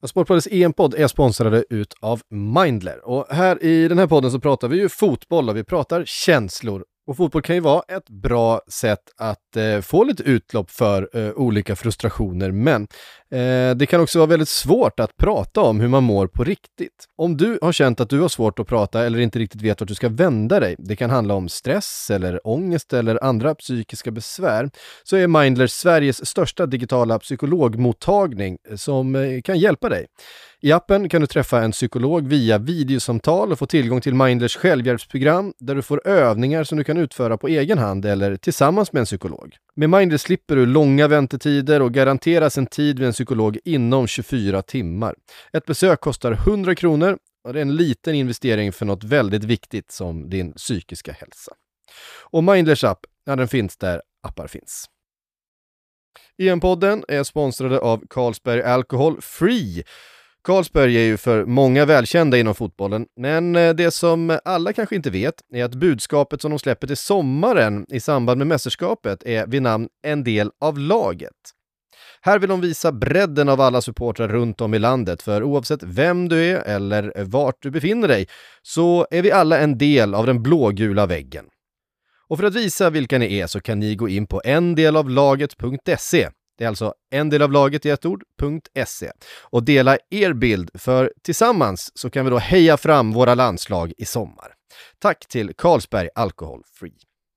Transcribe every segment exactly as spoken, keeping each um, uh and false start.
Sportbladets E M-podd är sponsrade ut av Mindler. Och här i den här podden så pratar vi ju fotboll och vi pratar känslor. Och fotboll kan ju vara ett bra sätt att eh, få lite utlopp för eh, olika frustrationer. Men eh, det kan också vara väldigt svårt att prata om hur man mår på riktigt. Om du har känt att du har svårt att prata eller inte riktigt vet vart du ska vända dig, det kan handla om stress eller ångest eller andra psykiska besvär, så är Mindler Sveriges största digitala psykologmottagning som eh, kan hjälpa dig. I appen kan du träffa en psykolog via videosamtal och få tillgång till Mindlers självhjälpsprogram där du får övningar som du kan utföra på egen hand eller tillsammans med en psykolog. Med Mindler slipper du långa väntetider och garanteras en tid vid en psykolog inom tjugofyra timmar. Ett besök kostar hundra kronor och det är en liten investering för något väldigt viktigt som din psykiska hälsa. Och Mindlers app, ja, den finns där appar finns. E M-podden är sponsrade av Carlsberg Alcohol Free. Carlsberg är ju för många välkända inom fotbollen, men det som alla kanske inte vet är att budskapet som de släpper till sommaren i samband med mästerskapet är vid namn en del av laget. Här vill de visa bredden av alla supportrar runt om i landet, för oavsett vem du är eller vart du befinner dig så är vi alla en del av den blågula väggen. Och för att visa vilka ni är så kan ni gå in på en del av laget punkt se. Det är alltså en del av laget i ett ord, .se. Och dela er bild, för tillsammans så kan vi då heja fram våra landslag i sommar. Tack till Carlsberg Alcohol Free.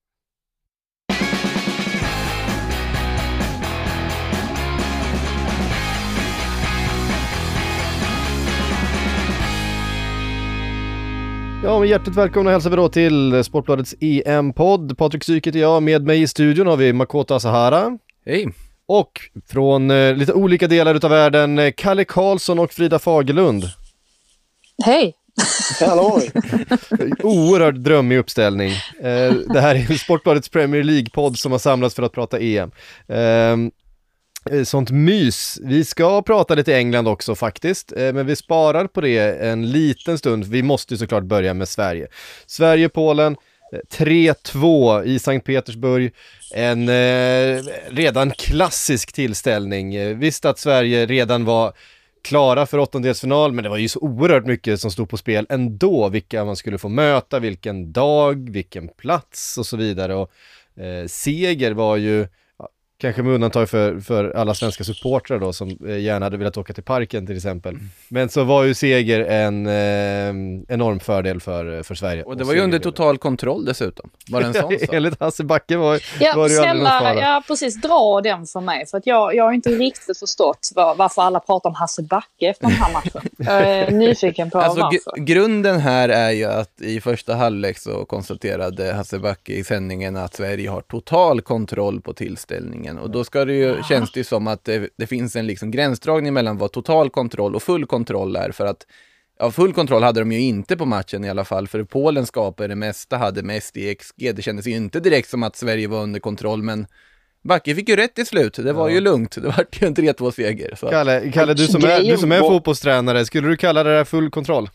Ja, men hjärtligt välkomna hälsar vi då till Sportbladets E M-podd. Patrik Syk heter jag, med mig i studion har vi Makoto Asahara. Hej! Och från eh, lite olika delar utav världen, eh, Kalle Karlsson och Frida Fagerlund. Hej! Hallå! Oerhört drömmig uppställning. Eh, det här är Sportbladets Premier League-podd som har samlats för att prata E M. Eh, sånt mys. Vi ska prata lite England också faktiskt, eh, men vi sparar på det en liten stund. Vi måste ju såklart börja med Sverige. Sverige-Polen. tre två i Sankt Petersburg. En eh, redan klassisk tillställning. Visst att Sverige redan var klara för åttondelsfinal, men det var ju så oerhört mycket som stod på spel ändå. Vilka man skulle få möta, vilken dag, vilken plats och så vidare. Och eh, seger var ju kanske med undantag för, för alla svenska supportrar då, som gärna hade velat åka till parken till exempel. Mm. Men så var ju seger en eh, enorm fördel för, för Sverige. Och det var ju under total kontroll dessutom. Var det en sån sak? Enligt Hasse Backe var, ja, var det ju aldrig någon fara. Ja, precis. Dra den för mig. För att jag, jag har inte riktigt förstått var, varför alla pratar om Hasse Backe efter den här matchen. Jag är nyfiken på alltså, varför. G- grunden här är ju att i första halvlek så konstaterade Hasse Backe i sändningen att Sverige har total kontroll på tillställningen. Och då ska det ju, känns det ju som att det, det finns en liksom gränsdragning mellan vad total kontroll och full kontroll är. För att ja, full kontroll hade de ju inte på matchen i alla fall. För Polen skapade det mesta, hade mest i X G. Det kändes ju inte direkt som att Sverige var under kontroll. Men Backe fick ju rätt i slut. Det var ja. ju lugnt. Det var ju en tre två-seger. Så. Kalle, Kalle du, som är, du som är fotbollstränare, skulle du kalla det där full kontroll?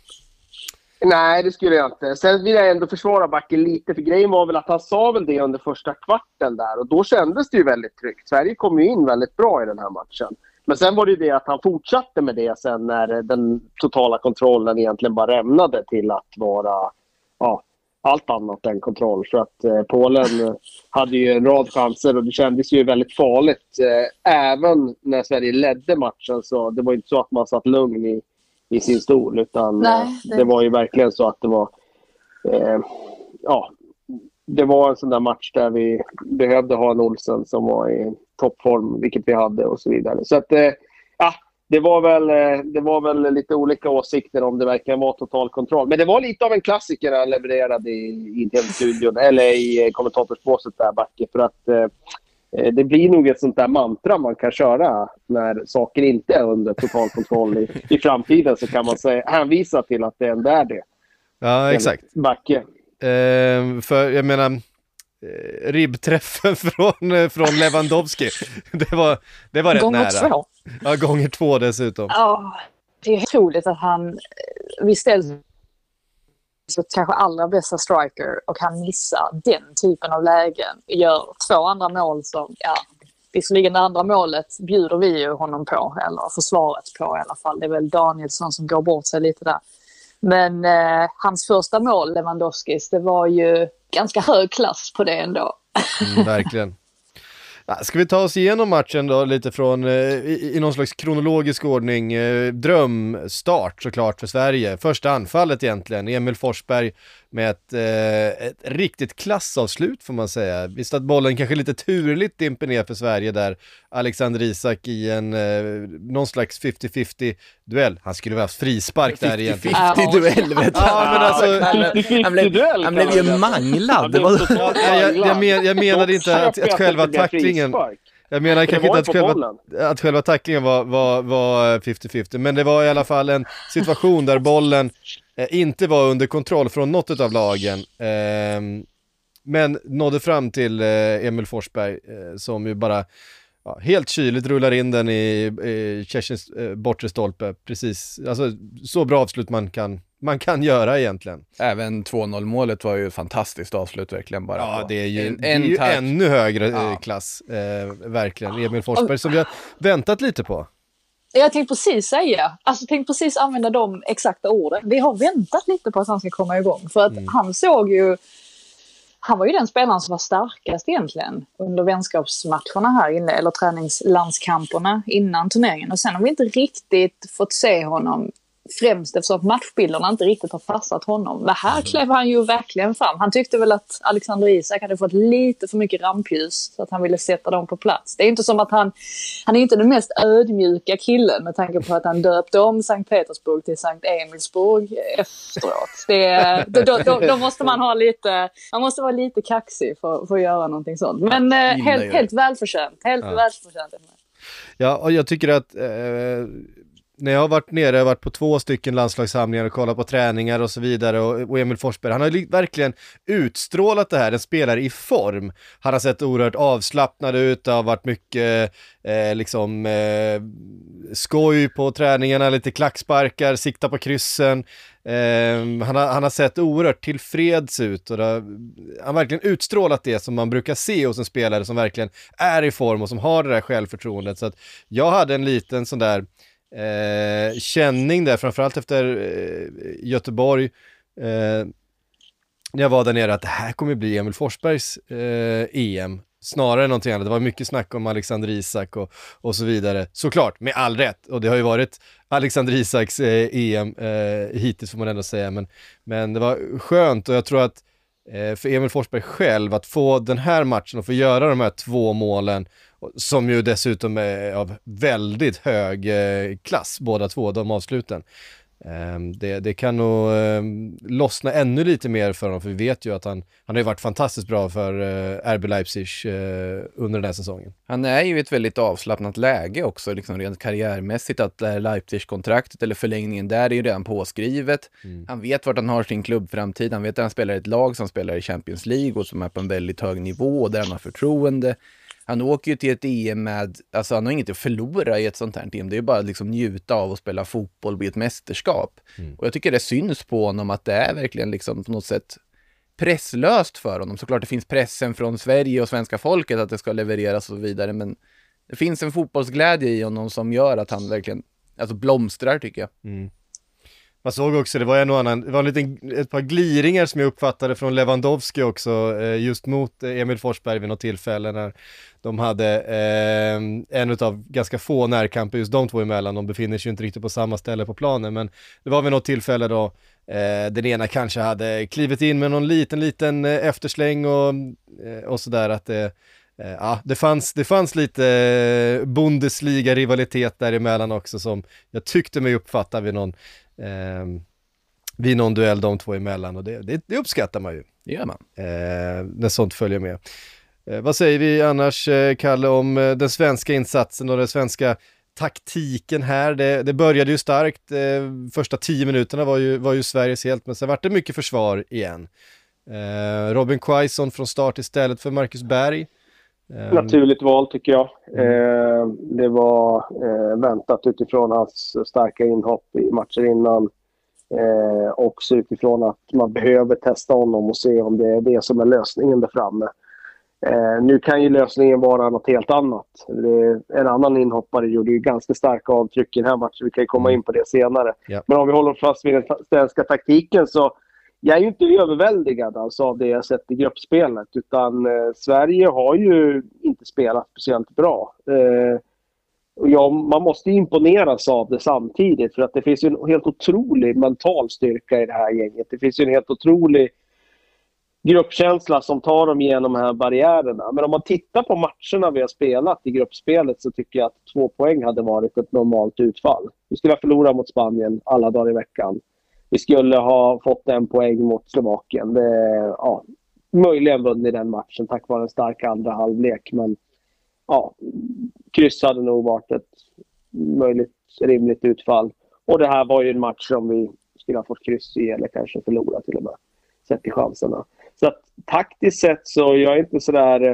Nej, det skulle jag inte. Sen vill jag ändå försvara Backe lite, för grejen var väl att han sa väl det under första kvarten där, och då kändes det ju väldigt tryggt. Sverige kom ju in väldigt bra i den här matchen. Men sen var det ju det att han fortsatte med det sen när den totala kontrollen egentligen bara rämnade till att vara ja, allt annat än kontroll. För att eh, Polen hade ju en rad chanser och det kändes ju väldigt farligt. Eh, även när Sverige ledde matchen, så det var ju inte så att man satt lugn i i sin stol, utan Nej, det... det var ju verkligen så att det var eh, ja, det var en sån där match där vi behövde ha en Olsen som var i toppform, vilket vi hade och så vidare. Så att eh, ja, det var väl det var väl lite olika åsikter om det verkligen var total kontroll, men det var lite av en klassiker han levererade i, i tv-studion eller i kommentatorsbåset där, Backe, för att eh, det blir nog ett sånt där mantra man kan köra när saker inte är under total kontroll i, i framtiden, så kan man säga, hänvisa till att det ändå är det. Ja, exakt. Backe. Eh, för jag menar eh, ribbträffen från, från Lewandowski, det var, det var rätt gånger nära. Två. Ja, gånger två dessutom. Ja, det är otroligt att han vi ställs så kanske allra bästa striker och han missar den typen av lägen, gör två andra mål som, ja, Visserligen det andra målet bjuder vi ju honom på, eller försvaret på i alla fall. Det är väl Danielsson som går bort sig lite där. Men eh, hans första mål, Lewandowskis, det var ju ganska hög klass på det ändå. Mm, verkligen. Ska vi ta oss igenom matchen då lite från eh, i, i någon slags kronologisk ordning. Eh, drömstart såklart för Sverige. Första anfallet egentligen. Emil Forsberg med ett, eh, ett riktigt klassavslut får man säga. Visst att bollen kanske lite turligt dimper ner för Sverige där. Alexander Isak i en eh, någon slags femtio-femtio duell. Han skulle väl haft frispark där egentligen. femtio duell vet du. Ja, men alltså, han, blev, han blev ju manglad. Det var... ja, jag, jag, men, jag menade inte att, att själva tacklingen... Jag menar kanske inte att själva, att själva tacklingen var, var, var femtio-femtio, men det var i alla fall en situation där bollen eh, inte var under kontroll från något av lagen. Eh, men nådde fram till eh, Emil Forsberg eh, som ju bara ja, helt kyligt rullar in den i, i Tjechens eh, bortre stolpe. Precis, alltså så bra avslut man kan man kan göra egentligen. Även två noll målet var ju ett fantastiskt avslut verkligen bara. Ja, det är ju, en, det är ju ännu högre ja. klass. Eh, verkligen. Emil Forsberg som vi har väntat lite på. Jag tänkte precis säga, alltså tänkte precis använda de exakta orden. Vi har väntat lite på att han ska komma igång. För att mm. han såg ju, han var ju den spelaren som var starkast egentligen under vänskapsmatcherna här inne, eller träningslandskamperna innan turneringen. Och sen har vi inte riktigt fått se honom främst eftersom att matchbilderna inte riktigt har passat honom. Men här klev han ju verkligen fram. Han tyckte väl att Alexander Isak hade fått lite för mycket rampljus så att han ville sätta dem på plats. Det är inte som att han, han är inte den mest ödmjuka killen med tanke på att han döpte om Sankt Petersburg till Sankt Emilsburg efteråt. Det, då, då, då, då måste man ha lite, man måste vara lite kaxig för, för att göra någonting sånt. Men eh, helt, helt välförtjänt. Helt ja. välförtjänt. Ja, och jag tycker att eh... när jag har varit nere, jag har varit på två stycken landslagssamlingar och kollat på träningar och så vidare och, och Emil Forsberg, han har li- verkligen utstrålat det här, en spelare i form. Han har sett oerhört avslappnad ut, det har varit mycket eh, liksom eh, skoj på träningarna, lite klacksparkar, sikta på kryssen. Eh, han, har, han har sett oerhört tillfreds ut och har, han har verkligen utstrålat det som man brukar se hos en spelare som verkligen är i form och som har det där självförtroendet. Så att jag hade en liten sån där Eh, känning där, framförallt efter eh, Göteborg eh, när jag var där nere, att det här kommer bli Emil Forsbergs eh, E M snarare än någonting annat. Det var mycket snack om Alexander Isak och, och så vidare, såklart, med all rätt, och det har ju varit Alexander Isaks eh, E M eh, hittills får man ändå säga, men, men det var skönt, och jag tror att eh, för Emil Forsberg själv att få den här matchen och få göra de här två målen som ju dessutom är av väldigt hög eh, klass, båda två, de avsluten. Eh, det, det kan nog eh, lossna ännu lite mer för honom, för vi vet ju att han, han har ju varit fantastiskt bra för eh, R B Leipzig eh, under den här säsongen. Han är ju i ett väldigt avslappnat läge också, liksom rent karriärmässigt, att det här Leipzig-kontraktet eller förlängningen där är ju redan påskrivet. Mm. Han vet vart han har sin klubbframtid, han vet att han spelar i ett lag som spelar i Champions League och som är på en väldigt hög nivå och där han har förtroende. Han åker ju till ett E M med, alltså han har inget att förlora i ett sånt här team. Det är ju bara liksom njuta av att spela fotboll i ett mästerskap. Mm. Och jag tycker det syns på honom att det är verkligen liksom på något sätt presslöst för honom. Såklart det finns pressen från Sverige och svenska folket att det ska levereras och så vidare. Men det finns en fotbollsglädje i honom som gör att han verkligen alltså blomstrar, tycker jag. Mm. Man såg också, det var en och annan, det var en liten, ett par gliringar som jag uppfattade från Lewandowski också, just mot Emil Forsberg vid något tillfälle när de hade eh, en av ganska få närkamper just de två emellan. De befinner sig ju inte riktigt på samma ställe på planen, men det var vid något tillfälle då eh, den ena kanske hade klivit in med någon liten, liten eftersläng och, och sådär, att det ja, det fanns, det fanns lite Bundesliga-rivalitet däremellan också som jag tyckte mig uppfatta vid någon, eh, vid någon duell de två emellan, och det, det, det uppskattar man ju. Det gör man. Eh, när sånt följer med. Eh, vad säger vi annars, eh, Kalle, om eh, den svenska insatsen och den svenska taktiken här? Det, det började ju starkt. Eh, första tio minuterna var ju, var ju Sveriges helt, men sen var det mycket försvar igen. Eh, Robin Quaison från start istället för Marcus Berg. Naturligt val tycker jag. Eh, det var eh, väntat utifrån hans starka inhopp i matcher innan. Eh, också utifrån att man behöver testa honom och se om det är det som är lösningen där framme. Eh, nu kan ju lösningen vara något helt annat. Det, en annan inhoppare gjorde ju ganska starka avtryck i den här matchen. Vi kan ju komma in på det senare. Ja. Men om vi håller fast vid den svenska taktiken så jag är ju inte överväldigad alltså av det jag sett i gruppspelet. Utan eh, Sverige har ju inte spelat speciellt bra. Eh, och ja, man måste imponeras av det samtidigt. För att det finns ju en helt otrolig mental styrka i det här gänget. Det finns ju en helt otrolig gruppkänsla som tar dem igenom de här barriärerna. Men om man tittar på matcherna vi har spelat i gruppspelet så tycker jag att två poäng hade varit ett normalt utfall. Vi skulle ha förlorat mot Spanien alla dagar i veckan. Vi skulle ha fått en poäng mot Slovakien. Det, ja, möjligen vunnit den matchen tack vare en stark andra halvlek. Men ja, kryss hade nog varit ett möjligt rimligt utfall. Och det här var ju en match som vi skulle ha fått kryss i eller kanske förlora till och med. Sett i chanserna. Så att taktiskt sett så jag är inte sådär...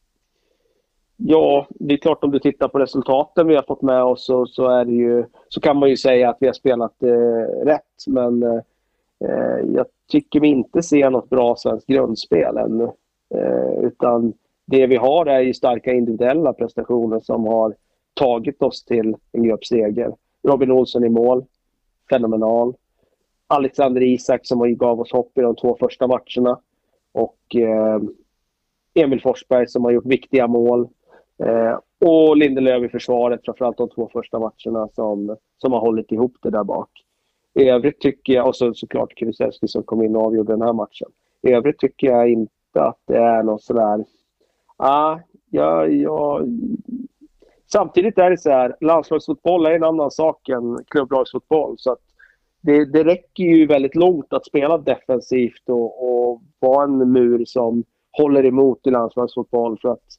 Ja, det är klart om du tittar på resultaten vi har fått med oss så, så, är det ju, så kan man ju säga att vi har spelat eh, rätt. Men eh, jag tycker vi inte ser något bra svenskt grundspel ännu. Eh, utan det vi har är ju starka individuella prestationer som har tagit oss till en gruppseger. Robin Olsson i mål. Fenomenal. Alexander Isak som gav oss hopp i de två första matcherna. Och eh, Emil Forsberg som har gjort viktiga mål. Eh, och Lindelöf i försvaret, framförallt de två första matcherna som, som har hållit ihop det där bak. I övrigt tycker jag, och så, såklart Kulusevski som kom in och avgjorde den här matchen. I övrigt tycker jag inte att det är något sådär... Ah, ja, ja. Samtidigt är det så här, landslagsfotboll är en annan sak än klubblagsfotboll. Så att det, det räcker ju väldigt långt att spela defensivt och, och vara en mur som håller emot i landslagsfotboll. För att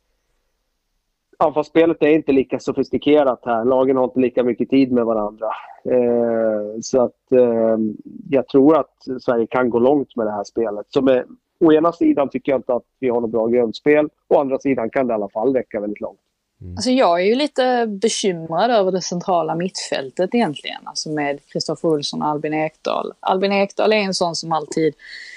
anfallsspelet är inte lika sofistikerat här. Lagen har inte lika mycket tid med varandra. Eh, så att eh, jag tror att Sverige kan gå långt med det här spelet. Så med, å ena sidan tycker jag inte att vi har något bra grundspel. Å andra sidan kan det i alla fall räcka väldigt långt. Mm. Alltså jag är ju lite bekymrad över det centrala mittfältet egentligen. Alltså med Kristoffer Olsson och Albin Ekdal. Albin Ekdal är en sån som alltid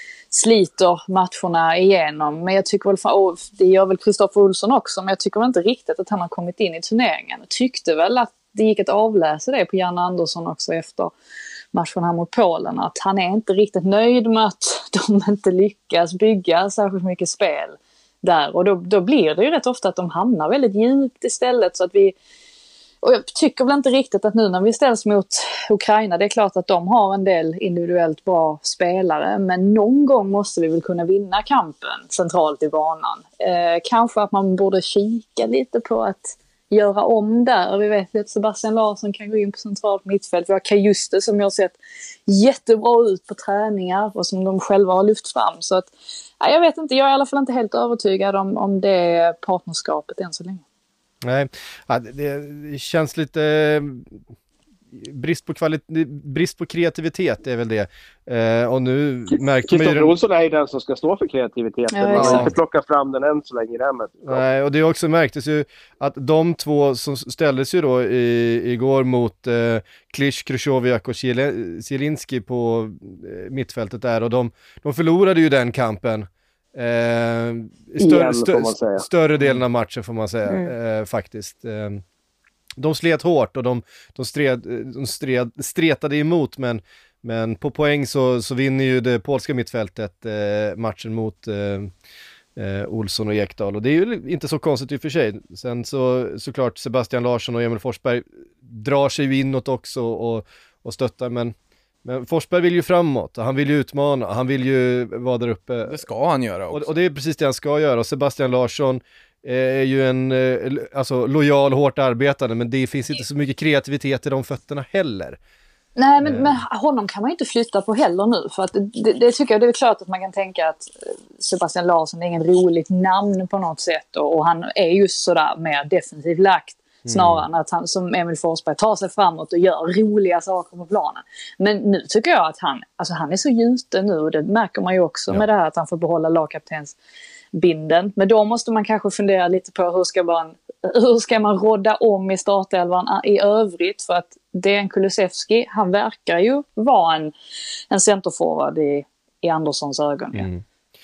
sliter matcherna igenom. Men jag tycker väl, och det gör väl Kristoffer Olsson också, men jag tycker väl inte riktigt att han har kommit in i turneringen. Jag tyckte väl att det gick att avläsa det på Janne Andersson också efter matchen här mot Polen. Att han är inte riktigt nöjd med att de inte lyckas bygga särskilt mycket spel där. Och då, då blir det ju rätt ofta att de hamnar väldigt djupt istället. Så att vi, och jag tycker väl inte riktigt att nu när vi ställs mot Ukraina, det är klart att de har en del individuellt bra spelare, men någon gång måste vi väl kunna vinna kampen centralt i banan. Eh, kanske att man borde kika lite på att göra om där. Vi vet att Sebastian Larsson kan gå in på centralt mittfält. Vi har Kajuste som jag har sett jättebra ut på träningar och som de själva har lyft fram. Så att, ja, jag vet inte, jag är i alla fall inte helt övertygad om, om det partnerskapet än så länge. Nej, ja, det, det känns lite brist på kvalitet, brist på kreativitet är väl det. Eh, och nu märker man ju... Kristoffer Olsson är ju den som ska stå för kreativiteten. Ja, man har inte plockat fram den än så länge i det här mötet. Nej, och det också märktes ju att de två som ställdes ju då i, igår mot eh, Klisch, Krychowiak och Zielinski på eh, mittfältet där, och de, de förlorade ju den kampen. Eh, större, Igen, stö, får man säga. större delen av matchen får man säga, mm. eh, faktiskt. Eh, de slet hårt och de, de, stred, de stred, stretade emot, men, men på poäng så, så vinner ju det polska mittfältet eh, matchen mot eh, eh, Olsson och Ekdal, och det är ju inte så konstigt i och för sig. Sen så såklart Sebastian Larsson och Emil Forsberg drar sig ju inåt också och, och stöttar, men Men Forsberg vill ju framåt, han vill ju utmana, han vill ju vara där uppe. Det ska han göra också. Och, och det är precis det han ska göra. Och Sebastian Larsson är ju en alltså, lojal, hårt arbetande, men det finns inte så mycket kreativitet i de fötterna heller. Nej, men, men honom kan man ju inte flytta på heller nu. För att det, det tycker jag, det är klart att man kan tänka att Sebastian Larsson är ingen roligt namn på något sätt. Och, och han är ju sådär mer defensivt lagt. Snarare än att han som Emil Forsberg tar sig framåt och gör roliga saker på planen. Men nu tycker jag att han, alltså han är så gjuten nu, och det märker man ju också ja. med det här att han får behålla lagkaptensbinden. Men då måste man kanske fundera lite på hur ska man, hur ska man rodda om i startelvan i övrigt, för att Dejan Kulusevski, han verkar ju vara en, en centerforward i, i Anderssons ögon. Ja. Mm.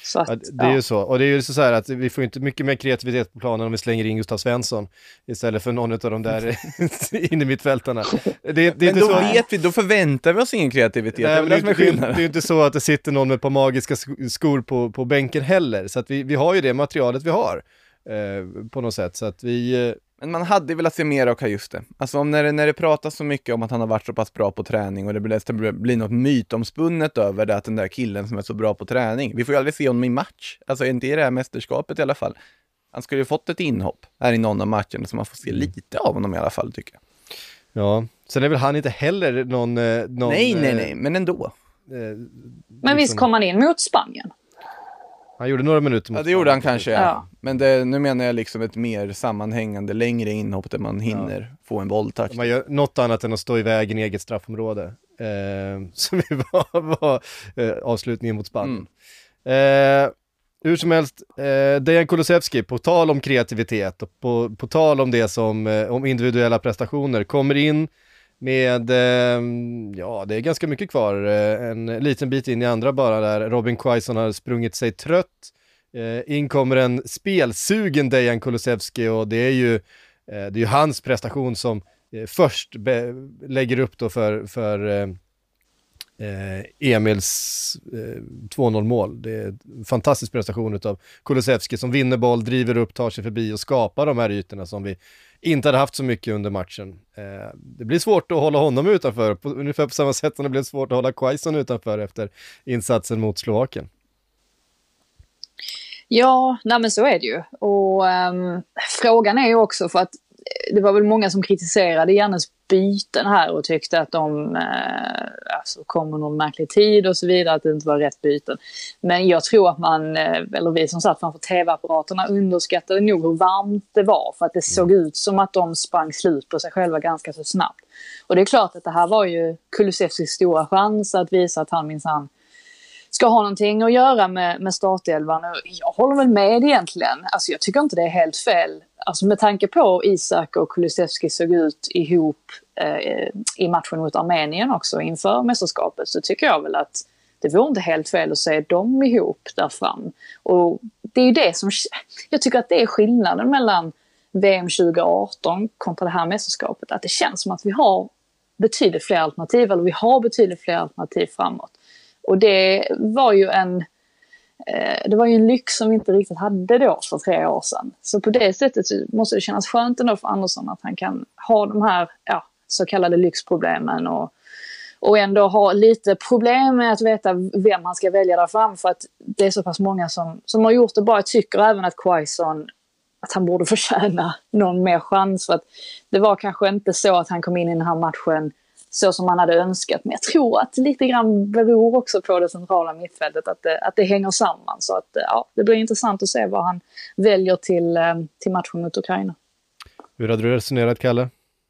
Så att, ja, det är ja. ju så. Och det är ju så här att vi får inte mycket mer kreativitet på planen om vi slänger in Gustav Svensson istället för någon av de där in i mittfältarna. Det, det är Men inte då så... vet vi, då förväntar vi oss ingen kreativitet. Nej, det är men väl det det, som är det, skillnaden. det är ju inte så att det sitter någon med på magiska sk- skor på, på bänken heller. Så att vi, vi har ju det materialet vi har eh, på något sätt. Så att vi... Eh... Men man hade velat se mer av Kajuste. Alltså om när, det, när det pratas så mycket om att han har varit så pass bra på träning och det blir, blir något mytomspunnet över det, att den där killen som är så bra på träning. Vi får ju aldrig se honom i match. Alltså inte i det här mästerskapet i alla fall. Han skulle ju fått ett inhopp här i någon av matcherna så man får se lite av honom i alla fall, tycker jag. Ja, sen är väl han inte heller någon... Eh, någon nej, nej, eh, nej, men ändå. Eh, Men liksom... visst kom han in mot Spanien? Han gjorde några minuter mot Ja, det gjorde han kanske, ja. Ja. Men det, nu menar jag liksom ett mer sammanhängande, längre inhopp där man hinner ja. få en bolltouch. Man gör något annat än att stå i vägen i eget straffområde. Eh, som var, var eh, avslutningen mot Spanien. Mm. Eh, hur som helst, eh, Dejan Kulusevski, på tal om kreativitet och på, på tal om det som, eh, om individuella prestationer, kommer in med, eh, ja det är ganska mycket kvar, eh, en liten bit in i andra bara där Robin Quaison har sprungit sig trött. Eh, in kommer en spelsugen Dejan Kulusevski och det är ju, eh, det är ju hans prestation som eh, först be- lägger upp då för, för eh, Eh, Emils eh, två noll mål. Det är en fantastisk prestation av Kulusevski som vinner boll, driver upp, tar sig förbi och skapar de här ytorna som vi inte hade haft så mycket under matchen. Eh, det blir svårt att hålla honom utanför, på, ungefär på samma sätt som det blev svårt att hålla Quaison utanför efter insatsen mot Slovakien. Ja, nej men så är det ju. Och um, frågan är ju också för att det var väl många som kritiserade Jannes byten här och tyckte att de eh, alltså kommer någon märklig tid och så vidare, att det inte var rätt byten. Men jag tror att man, eh, eller vi som satt framför tv-apparaterna underskattade nog hur varmt det var, för att det såg ut som att de sprang slut på sig själva ganska så snabbt. Och det är klart att det här var ju Kulusevskis stora chans att visa att han minsann ska ha någonting att göra med, med startelvan. Jag håller väl med egentligen. Alltså jag tycker inte det är helt fel. Alltså med tanke på Isak och Kulusevski såg ut ihop eh, i matchen mot Armenien också inför mästerskapet, så tycker jag väl att det vore inte helt fel att se dem ihop där fram. Och det är ju det som, jag tycker att det är skillnaden mellan V M tjugo arton kontra det här mästerskapet. Att det känns som att vi har betydligt fler alternativ, eller vi har betydligt fler alternativ framåt. Och det var ju en eh, det var ju en lyx som vi inte riktigt hade då för tre år sedan. Så på det sättet så måste det kännas skönt ändå för Andersson att han kan ha de här ja, så kallade lyxproblemen och, och ändå ha lite problem med att veta vem han ska välja där fram, för att det är så pass många som, som har gjort det bra. Jag tycker även att Quaison, att han borde förtjäna någon mer chans, för att det var kanske inte så att han kom in i den här matchen så som man hade önskat. Men jag tror att lite grann beror också på det centrala mittfältet, att det, att det hänger samman. Så att ja, det blir intressant att se vad han väljer till, till matchen mot Ukraina. Hur hade du resonerat, Kalle?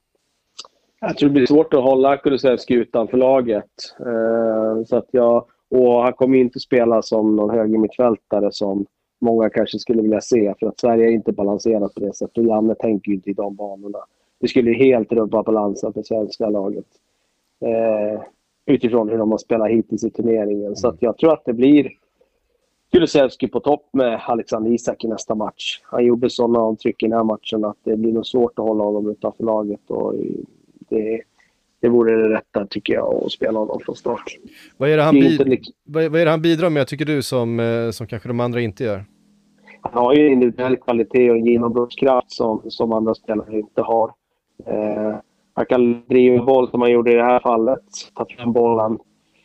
Jag tror det blir svårt att hålla Kulusevski utanför laget. Eh, så att jag, och han kommer inte spela som någon högermittfältare som många kanske skulle vilja se, för att Sverige är inte balanserat på det sättet. Och Janne tänker ju inte i de banorna. Det skulle ju helt rubba balansen för svenska laget. Eh, utifrån hur de har spelat hittills i turneringen. Mm. Så att jag tror att det blir Kulusevski på topp med Alexander Isak i nästa match. Han gjorde sådana avtryck i den här matchen att det blir nog svårt att hålla honom utanför laget. Och det, det vore det rätta, tycker jag, att spela honom från start. Vad är det han, bid- lik- vad är, vad är det han bidrar med, tycker du, som, som kanske de andra inte gör? Han har ju en individuell kvalitet och en genombrottskraft som, som andra spelare inte har. Eh, han kan driva boll som han gjorde i det här fallet. Ta fram bollen.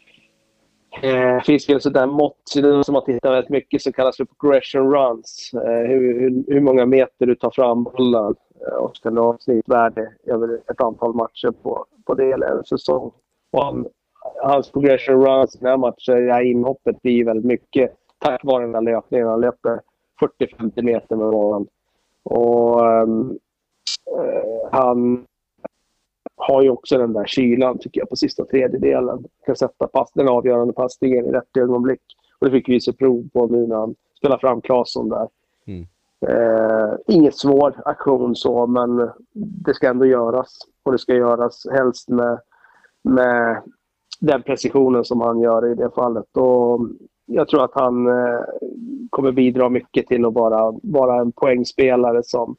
Eh, finns det sådär mått som man tittar väldigt mycket som kallas för progression runs. Eh, hur, hur, hur många meter du tar fram bollen. Eh, och ska ha snittvärde över ett antal matcher på, på det eller en säsong. Och han, hans progression runs i den här matchen, det här inhoppet blir väldigt mycket tack vare den här löpningen. Han löper fyrtio till femtio meter med bollen. Och um, uh, han har ju också den där kylan, tycker jag, på sista tredjedelen. Kan sätta pass, den avgörande passningen i rätt ögonblick. Och det fick vi se prov på nu när han spelar fram Claesson där. Mm. Uh, inget svår aktion så, men det ska ändå göras. Och det ska göras helst med, med den precisionen som han gör i det fallet. Och jag tror att han eh, kommer bidra mycket till att vara, vara en poängspelare som,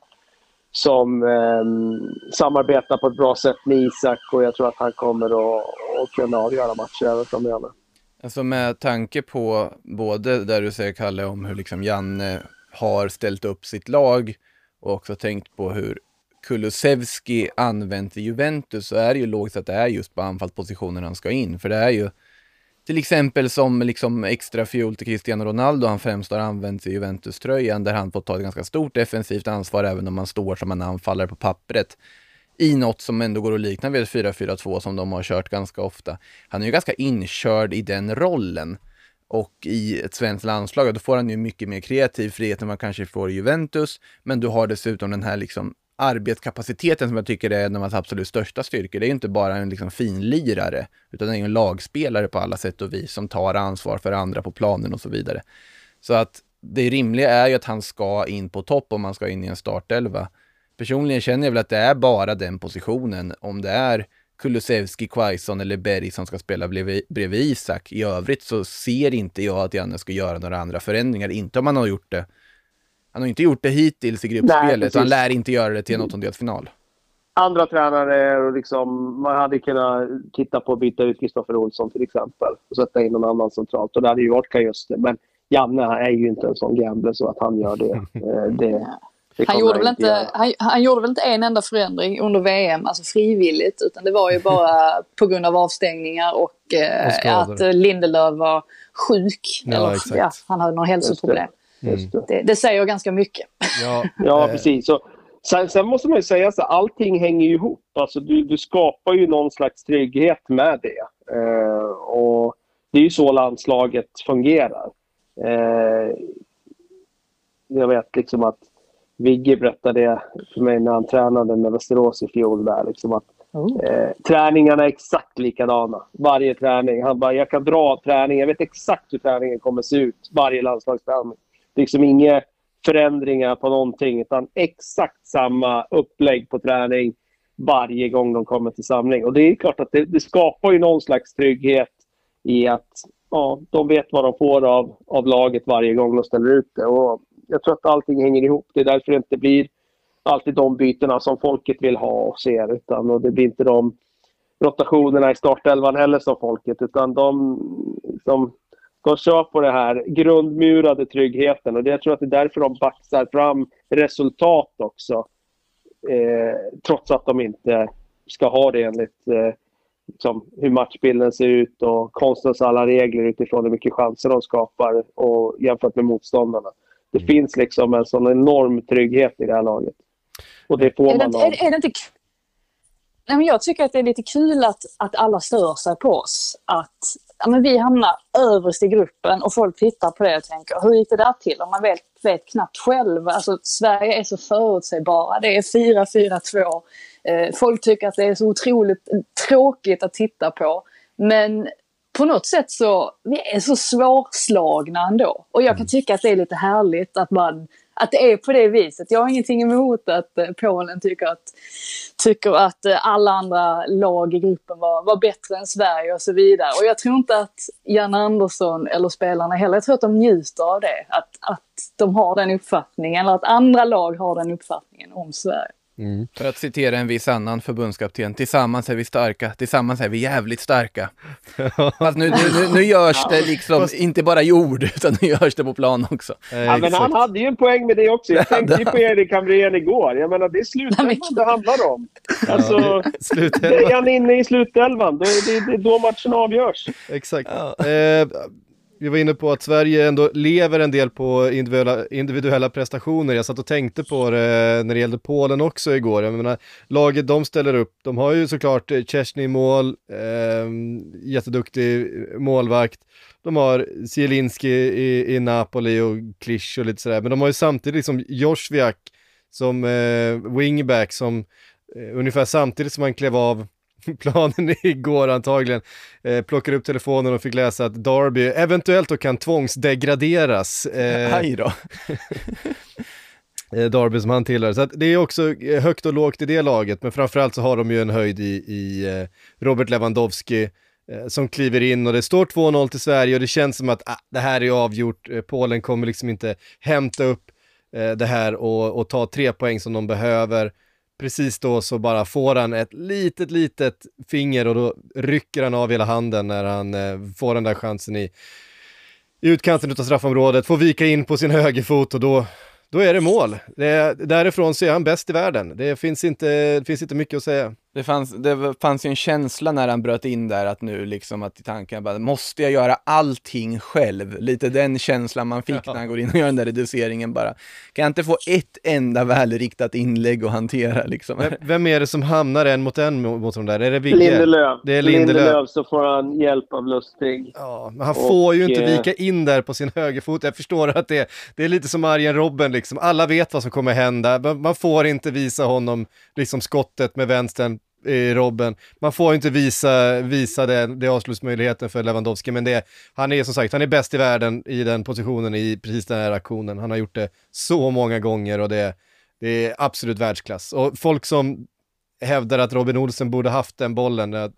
som eh, samarbetar på ett bra sätt med Isak, och jag tror att han kommer att, att kunna avgöra matcher även framöver. Alltså med tanke på både där du säger, Kalle, om hur liksom Janne har ställt upp sitt lag och också tänkt på hur Kulusevski använt i Juventus, så är det ju logiskt att det är just på anfallspositionen han ska in. För det är ju till exempel som liksom extra fjol till Cristiano Ronaldo han främst har använt i Juventus-tröjan, där han får ta ett ganska stort defensivt ansvar även om man står som en anfallare på pappret. I något som ändå går att likna vid ett fyra fyra två som de har kört ganska ofta. Han är ju ganska inkörd i den rollen. Och i ett svenskt landslag, då får han ju mycket mer kreativ frihet än man kanske får i Juventus. Men du har dessutom den här liksom arbetskapaciteten som jag tycker är en av hans absolut största styrkor. Det är ju inte bara en liksom finlirare, utan det är ju en lagspelare på alla sätt och vis som tar ansvar för andra på planen och så vidare. Så att det rimliga är ju att han ska in på topp om man ska in i en startelva. Personligen känner jag väl att det är bara den positionen. Om det är Kulusevski, Quaison eller Berg som ska spela bredvid, bredvid Isak. I övrigt så ser inte jag att Janne ska göra några andra förändringar. Inte om han har gjort det. Han har inte gjort det hittills i gruppspelet. Han lär inte göra det till en åttondelsfinal. Andra tränare, och liksom, man hade kunnat titta på att byta ut Kristoffer Olsson till exempel. Och sätta in någon annan centralt. Och det hade ju varit just det. Men Janne är ju inte en sån gambler så att han gör det. det Han gjorde, väl inte, han, han gjorde väl inte en enda förändring under V M, alltså frivilligt, utan det var ju bara på grund av avstängningar och, eh, att Lindelöf var sjuk. Ja, eller ja, han hade någon hälsoproblem. Mm. Det, det säger ganska mycket. Ja, ja precis. Så, sen, sen måste man ju säga att allting hänger ju ihop. Alltså, du, du skapar ju någon slags trygghet med det. Eh, och det är ju så landslaget fungerar. Eh, jag vet liksom att Vigge berättade det för mig när han tränade med Västerås i fjol där, liksom att mm. eh, träningarna är exakt likadana. Varje träning. Han bara, jag kan dra träning. Jag vet exakt hur träningen kommer se ut. Varje landslagsträning. Det är liksom inga förändringar på någonting, utan exakt samma upplägg på träning varje gång de kommer till samling. Och det är klart att det, det skapar ju någon slags trygghet i att ja, de vet vad de får av, av laget varje gång de ställer ut det. Och jag tror att allting hänger ihop. Det är därför det inte blir alltid de bytena som folket vill ha och ser. Utan, och det blir inte de rotationerna i startelvan heller som folket. Utan de som de kör på det här grundmurade tryggheten. Och det, jag tror att det är därför de baxar fram resultat också. Eh, trots att de inte ska ha det enligt eh, liksom, hur matchbilden ser ut och konstens alla regler utifrån hur mycket chanser de skapar och jämfört med motståndarna. Det mm. finns liksom en sån enorm trygghet i det här laget. Och det får är man det, är, är det inte Nej, men jag tycker att det är lite kul att, att alla stör sig på oss. Att ja, men vi hamnar överst i gruppen och folk tittar på det och tänker, hur gick det där till? Och man vet, vet knappt själv. Alltså, Sverige är så förutsägbara. Det är fyra fyra två. Eh, folk tycker att det är så otroligt tråkigt att titta på. Men på något sätt så vi är så svårslagna ändå. Och jag kan tycka att det är lite härligt att man att det är på det viset. Jag har ingenting emot att eh, Polen tycker att, tycker att eh, alla andra lag i gruppen var, var bättre än Sverige och så vidare. Och jag tror inte att Jan Andersson eller spelarna heller, jag tror att de njuter av det. Att, att de har den uppfattningen, eller att andra lag har den uppfattningen om Sverige. Mm. För att citera en viss annan förbundskapten, tillsammans är vi starka, tillsammans är vi jävligt starka. Fast nu, nu, nu görs det liksom inte bara i ord, utan nu görs det på plan också. Ja, men han hade ju en poäng med det också. Jag tänkte ju på Erik Hamrén igår. Jag menar, det är slutändan det handlar om. Alltså, är han inne i slutelvan, då är det, det är då matchen avgörs. Exakt. Ja. Eh, Vi var inne på att Sverige ändå lever en del på individuella, individuella prestationer. Jag satt och tänkte på det när det gällde Polen också igår. Jag menar, laget de ställer upp, de har ju såklart Szczesny i mål, eh, jätteduktig målvakt. De har Zielinski i, i Napoli och Klisch och lite sådär. Men de har ju samtidigt liksom Josviak som eh, wingback som eh, ungefär samtidigt som han klev av planen igår antagligen eh, plockade upp telefonen och fick läsa att Derby eventuellt då kan tvångsdegraderas. Eh, Aj då. eh, Derby som han tillhör. Så att det är också högt och lågt i det laget, men framförallt så har de ju en höjd i, i eh, Robert Lewandowski. eh, som kliver in och det står två noll till Sverige och det känns som att ah, det här är avgjort. Eh, Polen kommer liksom inte hämta upp eh, det här och, och ta tre poäng som de behöver. Precis då så bara får han ett litet, litet finger och då rycker han av hela handen när han eh, får den där chansen i, i utkanten utav straffområdet. Får vika in på sin högerfot och då, då är det mål. Det, därifrån så är han bäst i världen. Det finns inte, det finns inte mycket att säga. Det fanns, det fanns ju en känsla när han bröt in där att nu liksom att i tanken bara, måste jag göra allting själv? Lite den känslan man fick ja. när han går in och gör den där reduceringen bara. Kan jag inte få ett enda välriktat inlägg att hantera liksom? Vem, vem är det som hamnar en mot en mot de där? Är det Vigge? Lindelöf. Det är Lindelöf. Lindelöf så får han hjälp av Lustig. Ja, men han och, får ju inte vika in där på sin högerfot. Jag förstår att det, det är lite som Arjen Robben liksom. Alla vet vad som kommer hända. Man får inte visa honom liksom skottet med vänstern i Robben. Man får inte visa, visa det, det avslutsmöjligheten för Lewandowski, men det, han är som sagt, han är bäst i världen i den positionen i precis den här aktionen. Han har gjort det så många gånger och det, det är absolut världsklass. Och folk som hävdar att Robin Olsen borde haft den bollen, jag,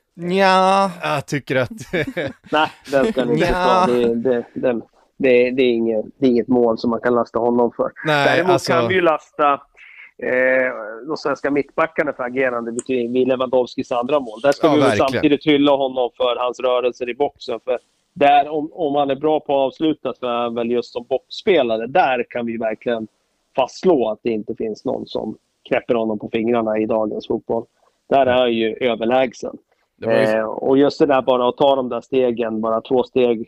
ja. jag tycker att nej, den ska ni inte ta. Det, det, den, det, det, är inget, det är inget mål som man kan lasta honom för. Nej, Däremot alltså... kan vi ju lasta Eh, de svenska mittbackarna för agerande vid Lewandowskis andra mål. Där ska ja, vi väl samtidigt hylla honom för hans rörelser i boxen. För där, om, om han är bra på att avsluta så är han väl just som boxspelare. Där kan vi verkligen fastslå att det inte finns någon som knäpper honom på fingrarna i dagens fotboll. Där är han ju överlägsen. Ju... Eh, och just det där bara att ta de där stegen, bara två steg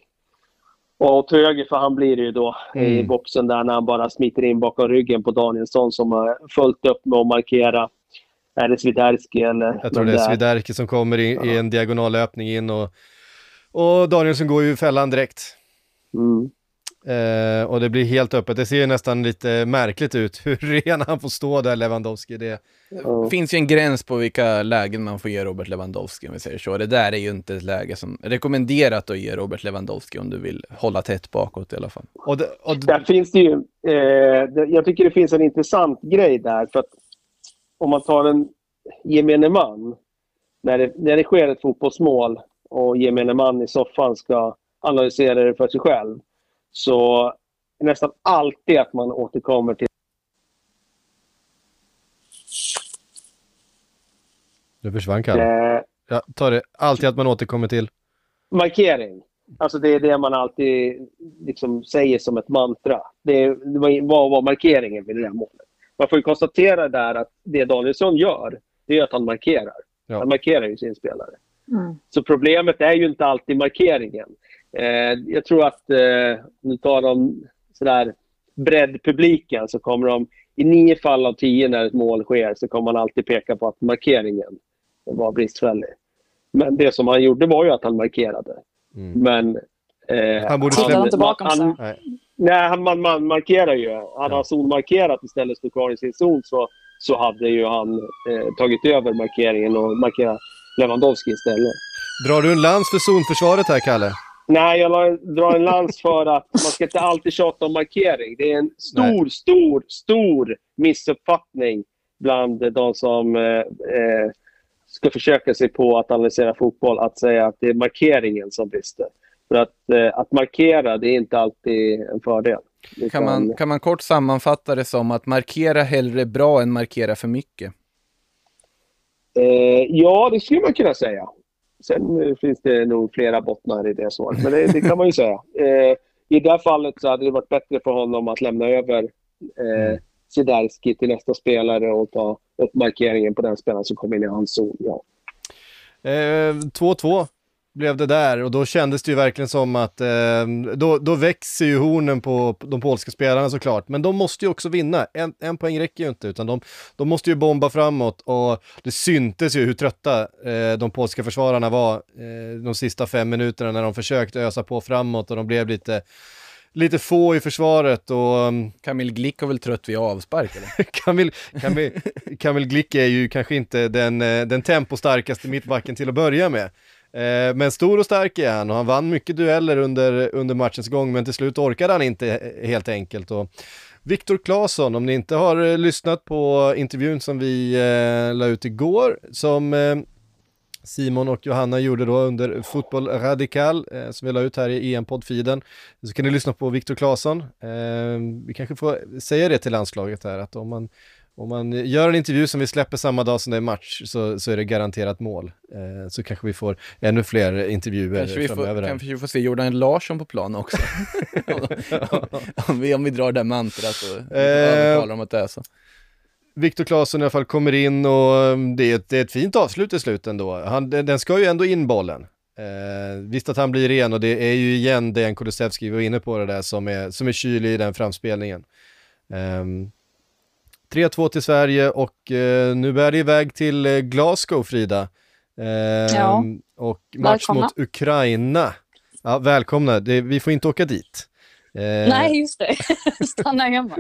och till höger, för han blir det ju då mm. i boxen där när han bara smiter in bakom ryggen på Danielsson som har följt upp med att markera. Är det Swiderski eller? Jag tror det är Swiderski som kommer in, ja. i en diagonal löpning in och, och Danielsson går ju i fällan direkt. Mm. Eh, och det blir helt öppet. Det ser nästan lite märkligt ut hur ren han får stå där, Lewandowski. Det mm. finns ju en gräns på vilka lägen man får ge Robert Lewandowski, om vi säger så. Det där är ju inte ett läge som är rekommenderat att ge Robert Lewandowski om du vill hålla tätt bakåt i alla fall. Och det, och det... Där finns det ju, eh, det, jag tycker det finns en intressant grej där, för att om man tar en gemene man, när det, när det sker ett fotbollsmål och gemene man i soffan ska analysera det för sig själv, så nästan alltid att man återkommer till... Du försvann, Kalle. Eh, ja, ta det. Alltid att man återkommer till... Markering. Alltså det är det man alltid liksom säger som ett mantra. Det, är, det var, vad var markeringen vid det där målet? Man får ju konstatera där att det Danielsson gör, det är att han markerar. Ja. Han markerar ju sin spelare. Mm. Så problemet är ju inte alltid markeringen. Eh, jag tror att eh, nu tar de sådär breddpubliken, så kommer de i nio fall av tio när ett mål sker så kommer man alltid peka på att markeringen var bristfällig. Men det som han gjorde var ju att han markerade. Mm. Men eh, han borde släppa inte bakom sig. Han, nej, nej han, man, man markerar ju. Han ja. har zonmarkerat istället för kvar i sin zon, så, så hade ju han eh, tagit över markeringen och markerat Lewandowski istället. Drar du en lans för zonförsvaret här, Kalle? Nej, jag drar en lans för att man ska inte alltid tjata om markering. Det är en stor, Nej. stor, stor missuppfattning bland de som eh, ska försöka sig på att analysera fotboll, att säga att det är markeringen som brister. För att, eh, att markera, det är inte alltid en fördel. Utan... Kan man, kan man kort sammanfatta det som att markera hellre bra än markera för mycket? Eh, ja, det skulle man kunna säga. Sen finns det nog flera bottnar i det svaret, men det, det kan man ju säga. Eh, I det här fallet så hade det varit bättre för honom att lämna över eh, Swiderski till nästa spelare och ta upp markeringen på den spelaren som kom in i hans zon. Ja. Eh, två två blev det där och då kändes det ju verkligen som att eh, då, då växer ju hornen på de polska spelarna såklart, men de måste ju också vinna. En, en poäng räcker ju inte, utan de, de måste ju bomba framåt, och det syntes ju hur trötta eh, de polska försvararna var eh, de sista fem minuterna när de försökte ösa på framåt, och de blev lite lite få i försvaret. Och Kamil Glick har väl trött vid avspark, eller? Kamil, Kamil, Kamil Glick är ju kanske inte den, den tempostarkaste mittbacken till att börja med. Men stor och stark är han, och han vann mycket dueller under, under matchens gång, men till slut orkade han inte helt enkelt. Och Viktor Claesson, om ni inte har lyssnat på intervjun som vi eh, la ut igår, som, eh, Simon och Johanna gjorde då under Fotboll Radikal eh, som vi la ut här i E M-poddfeeden. Så kan ni lyssna på Viktor Claesson. Eh, vi kanske får säga det till landslaget här, att om man, om man gör en intervju som vi släpper samma dag som det är match, så, så är det garanterat mål. Eh, så kanske vi får ännu fler intervjuer kanske vi framöver. Får, kanske vi får se Jordan Larsson på plan också. om, om, vi, om vi drar det mantrat så eh, talar om att det är så. Viktor Claesson i alla fall kommer in, och det är ett, det är ett fint avslut i slutet ändå. Han, den ska ju ändå in bollen. Eh, visst att han blir ren, och det är ju igen Dejan Kulusevski var inne på det där som är, som är kylig i den framspelningen. Eh, tre två till Sverige, och eh, nu bär det iväg till eh, Glasgow, Frida. Eh, ja. Och match Välkomna. mot Ukraina. Ja, välkomna. Det, vi får inte åka dit. Eh, Nej, just det. Stanna hemma.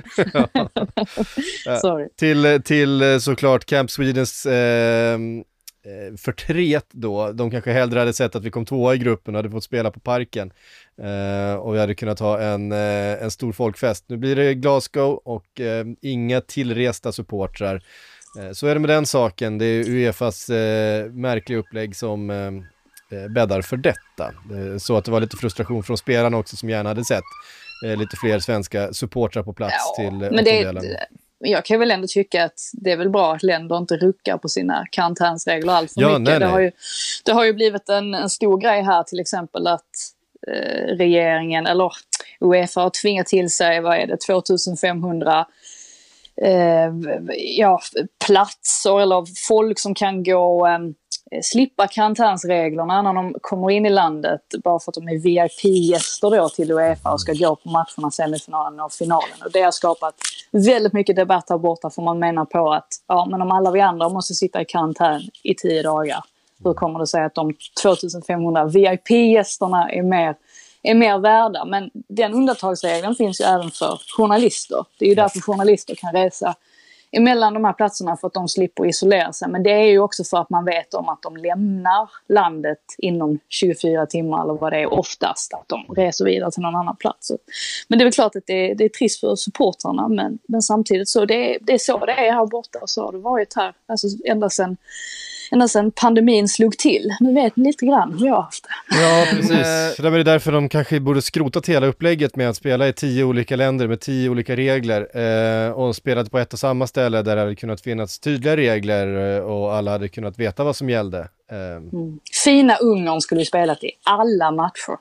Ja. Sorry. Till, till såklart Camp Swedens eh, förtret då. De kanske hellre hade sett att vi kom tvåa i gruppen och hade fått spela på Parken. Eh, och vi hade kunnat ha en, eh, en stor folkfest. Nu blir det Glasgow och eh, inga tillresta supportrar. Eh, så är det med den saken. Det är UEFAs eh, märkliga upplägg som eh, bäddar för detta. Eh, så att det var lite frustration från spelarna också, som gärna hade sett Eh, lite fler svenska supportrar på plats ja, till eh, men det, jag kan väl ändå tycka att det är väl bra att länder inte ruckar på sina karantänsregler allt för ja, mycket. Nej, det, nej. Har ju, det har ju blivit en, en stor grej här, till exempel att eh, regeringen eller UEFA har tvingat till sig, vad är det, tvåtusenfemhundra eh, ja, platser eller folk som kan gå eh, slippa karantänsreglerna när de kommer in i landet, bara för att de är V I P-gäster då till UEFA och ska gå på matcherna, semifinalen och finalen. Och det har skapat väldigt mycket debatt här borta, för man menar på att ja, men om alla vi andra måste sitta i karantän i tio dagar, hur kommer det sig att de tvåtusenfemhundra V I P-gästerna är mer, är mer värda? Men den undantagsregeln finns ju även för journalister. Det är ju därför journalister kan resa emellan de här platserna, för att de slipper isolera sig. Men det är ju också för att man vet om att de lämnar landet inom tjugofyra timmar eller vad det är, oftast att de reser vidare till någon annan plats. Men det är väl klart att det är, det är trist för supportrarna, men, men samtidigt så det är, det är så det är här borta, och så har det varit här alltså ända sedan ända sedan pandemin slog till. Nu vet ni lite grann hur jag har haft det. Ja, precis. Det är därför de kanske borde skrotat hela upplägget med att spela i tio olika länder med tio olika regler eh, och spelat på ett och samma ställe där det hade kunnat finnas tydliga regler och alla hade kunnat veta vad som gällde. Eh. Mm. Fina Ungern skulle ju spelat i alla matcher.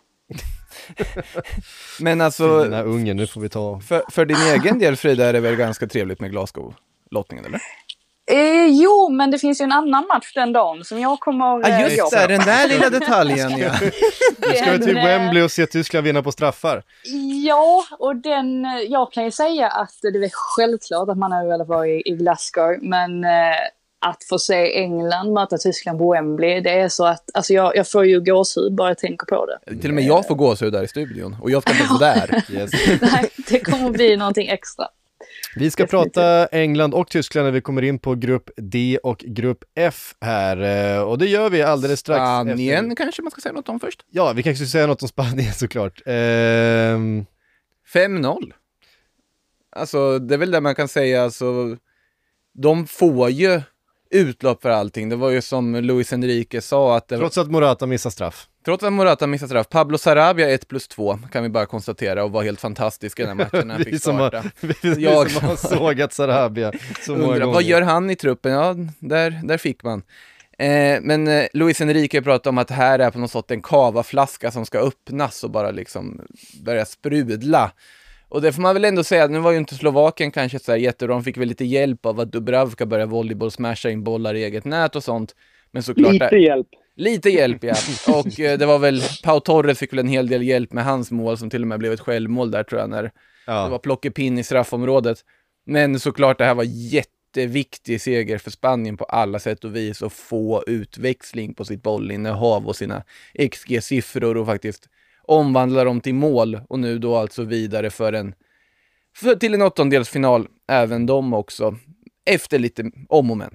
Men alltså... Fina Ungern, nu får vi ta... För, för din egen del, Frida, är det väl ganska trevligt med Glasgow-lottningen, eller? Eh, jo, men det finns ju en annan match den dagen som jag kommer... Ja, just det, den där lilla detaljen, ja. Nu ska vi till Wembley och se Tyskland vinna på straffar. Ja, och den... Jag kan ju säga att det är självklart att man har väl varit i Glasgow, men eh, att få se England möta Tyskland på Wembley, det är så att... Alltså jag, jag får ju gåshud bara jag tänker på det. Till och med jag får gåshud där i studion, och jag ska inte vara där. Yes. Nej, det kommer bli någonting extra. Vi ska Definitivt. prata England och Tyskland när vi kommer in på grupp D och grupp F här. Och det gör vi alldeles strax. Spanien efter... kanske man ska säga något om först? Ja, vi kanske ska säga något om Spanien såklart. Ehm... fem noll. Alltså, det är väl det man kan säga. Alltså, de får ju utlopp för allting. Det var ju som Luis Enrique sa. Att det Trots att Morata missar straff. Trots att Morata missar straff. Pablo Sarabia ett plus två kan vi bara konstatera, och var helt fantastisk i den här matchen när han fick starta. Vi som har, vi jag som har sågat Sarabia så många undrar, gånger. vad gör han i truppen? Ja, där, där fick man. Eh, men eh, Luis Enrique pratade om att här är på något sätt en kavaflaska som ska öppnas och bara liksom börja sprudla. Och det får man väl ändå säga, nu var ju inte Slovakien kanske så här jättebra, de fick väl lite hjälp av att Dubravka började volleyboll, smasha in bollar i eget nät och sånt. Men såklart lite där, hjälp. Lite hjälp, ja. Och eh, det var väl, Pau Torres fick väl en hel del hjälp med hans mål som till och med blev ett självmål där, tror jag, när ja. det var plockepinn i straffområdet. Men såklart det här var jätteviktig seger för Spanien på alla sätt och vis, och få utväxling på sitt bollinnehav och sina X G-siffror och faktiskt omvandla dem till mål, och nu då alltså vidare för en för, till en åttondelsfinal, även de också, efter lite om och men.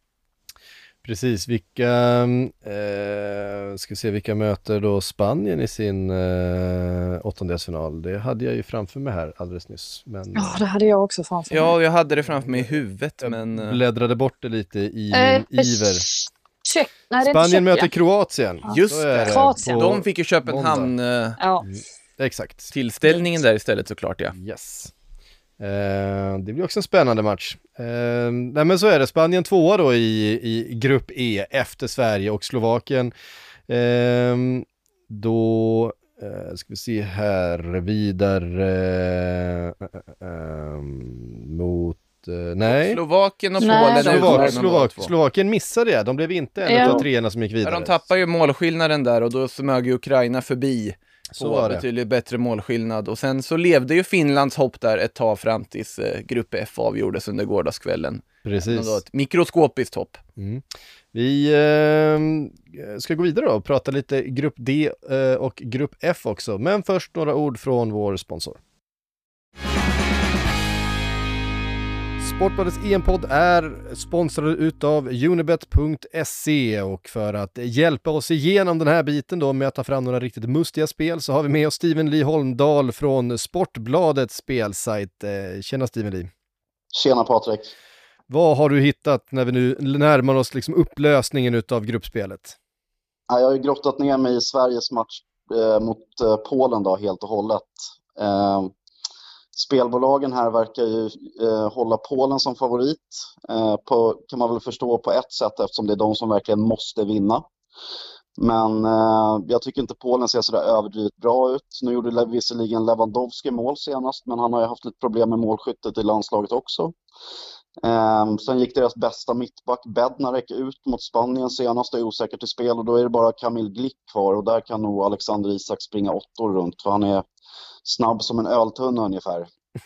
Precis, vilka eh, ska se vilka möter då Spanien i sin eh, åttondelsfinal. Det hade jag ju framför mig här alldeles nyss. Men, ja, det hade jag också framför mig. Ja, jag hade det framför mig i huvudet, jag men... bläddrade bort det lite i eh, min iver. Check. Nej, det är Spanien inte möter Tjeckien. Kroatien. Just Så är det. Kroatien. på De fick ju Köpenhamn eh, Ja. Exakt. tillställningen där istället såklart, ja. Yes. Eh, det blir också en spännande match. Eh, nej men så är det. Spanien tvåa då i, i grupp E efter Sverige och Slovakien. Eh, då eh, ska vi se här vidare eh, eh, mot eh, nej. Slovakien och Nej, Polen de- är Slovak, ute Slovak, Slovakien missade det. De blev inte en Ja. av treorna som gick Ja, vidare. de tappar ju målskillnaden där och då smög ju Ukraina förbi Så på var det. betydligt bättre målskillnad. Och sen så levde ju Finlands hopp där ett tag fram tills eh, grupp F avgjordes under gårdagskvällen. Precis. Då ett mikroskopiskt hopp. Mm. Vi eh, ska gå vidare då och prata lite grupp D eh, och grupp F också. Men först några ord från vår sponsor. Sportbladets E M-podd är sponsrad utav Unibet punkt se och för att hjälpa oss igenom den här biten då med att ta fram några riktigt mustiga spel så har vi med oss Steven Lee Holmdahl från Sportbladets spelsajt. Eh, Tjena Steven Lee. Tjena Patrik. Vad har du hittat när vi nu närmar oss liksom upplösningen utav gruppspelet? Ja, jag har ju grottat ner mig i Sveriges match eh, mot eh, Polen då, helt och hållet. Eh, spelbolagen här verkar ju eh, hålla Polen som favorit. Eh, på, kan man väl förstå på ett sätt eftersom det är de som verkligen måste vinna. Men eh, jag tycker inte Polen ser sådär överdrivet bra ut. Nu gjorde visserligen Lewandowski mål senast, men han har ju haft lite problem med målskyttet i landslaget också. Eh, sen gick deras bästa mittback Bednarek ut mot Spanien senast och är osäker till spel. Och då är det bara Kamil Glick kvar och där kan nog Alexander Isak springa åttor runt. För han är snabb som en öltunna ungefär.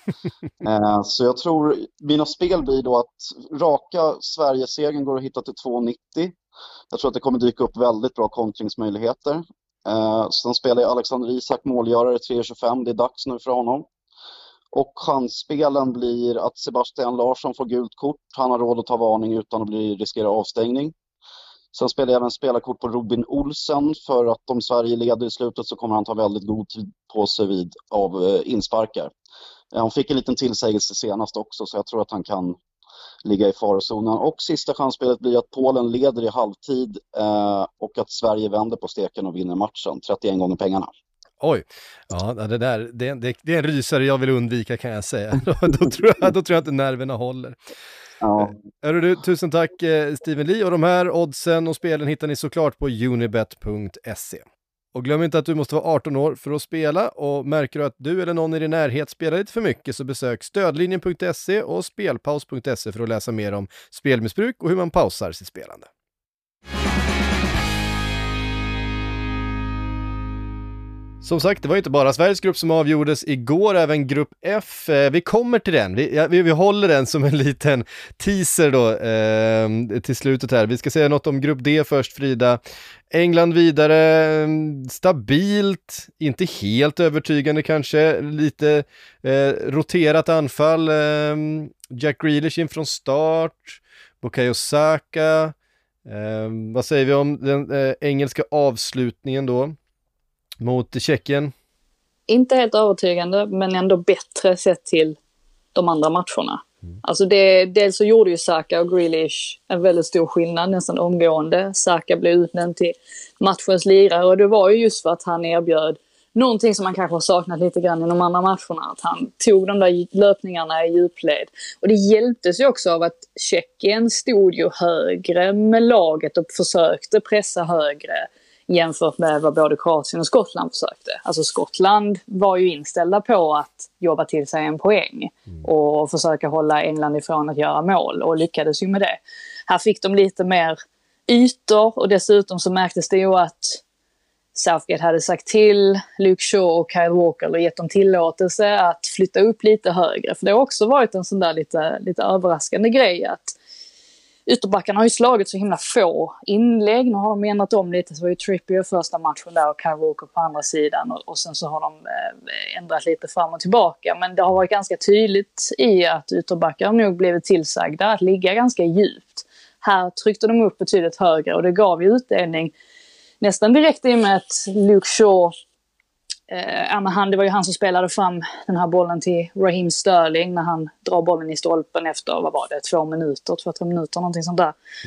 eh, så jag tror mina spel blir då att raka Sverigesegern går att hitta till två nittio. Jag tror att det kommer dyka upp väldigt bra kontringsmöjligheter. Eh, sen spelar jag Alexander Isak målgörare tre tjugofem. Det är dags nu för honom. Och chansspelen blir att Sebastian Larsson får gult kort. Han har råd att ta varning utan att bli riskera avstängning. Sen spelar jag även spelarkort på Robin Olsen för att om Sverige leder i slutet så kommer han ta väldigt god tid på sig vid av eh, insparkar. Eh, han fick en liten tillsägelse senast också så jag tror att han kan ligga i farozonen. Och sista chansspelet blir att Polen leder i halvtid eh, och att Sverige vänder på steken och vinner matchen. trettioen gånger pengarna. Oj, ja det där det, det, det är en rysare jag vill undvika kan jag säga. då, tror jag, då tror jag inte nerverna håller. Ja. Är du, tusen tack eh, Steven Lee och de här oddsen och spelen hittar ni såklart på unibet punkt se. Och glöm inte att du måste vara arton år för att spela och märker du att du eller någon i din närhet spelar lite för mycket så besök stödlinjen punkt se och spelpaus punkt se för att läsa mer om spelmissbruk och hur man pausar sitt spelande. Som sagt, det var inte bara Sveriges grupp som avgjordes igår, även grupp F. Vi kommer till den. Vi, ja, vi, vi håller den som en liten teaser då eh, till slutet här. Vi ska säga något om grupp D först, Frida. England vidare, stabilt, inte helt övertygande kanske. Lite eh, roterat anfall. Eh, Jack Grealish in från start. Bukayo Saka. Eh, vad säger vi om den eh, engelska avslutningen då? Mot Tjeckien? Inte helt övertygande, men ändå bättre sett till de andra matcherna. Mm. Alltså det, dels så gjorde ju Saka och Grealish en väldigt stor skillnad nästan omgående. Saka blev utnämnd till matchens lirare och det var ju just för att han erbjöd någonting som man kanske har saknat lite grann i de andra matcherna. Att han tog de där löpningarna i djupled. Och det hjälptes ju också av att Tjeckien stod ju högre med laget och försökte pressa högre jämfört med vad både Kroatien och Skottland försökte. Alltså Skottland var ju inställda på att jobba till sig en poäng mm. och försöka hålla England ifrån att göra mål och lyckades ju med det. Här fick de lite mer ytor och dessutom så märktes det ju att Southgate hade sagt till Luke Shaw och Kyle Walker och gett dem tillåtelse att flytta upp lite högre. För det har också varit en sån där lite, lite överraskande grej att ytterbackarna har ju slagit så himla få inlägg. Nu har de ändrat om lite. Så var ju Trippier första matchen där och Kyle Walker på andra sidan. Och, och sen så har de eh, ändrat lite fram och tillbaka. Men det har varit ganska tydligt i att ytterbackar har nog blivit tillsagda att ligga ganska djupt. Här tryckte de upp betydligt högre och det gav ju utdelning nästan direkt i och med att Luke Shaw Eh, ja, men han, det var ju han som spelade fram den här bollen till Raheem Sterling när han drar bollen i stolpen efter, vad var det, två minuter, två, tre minuter, någonting sånt där. Mm.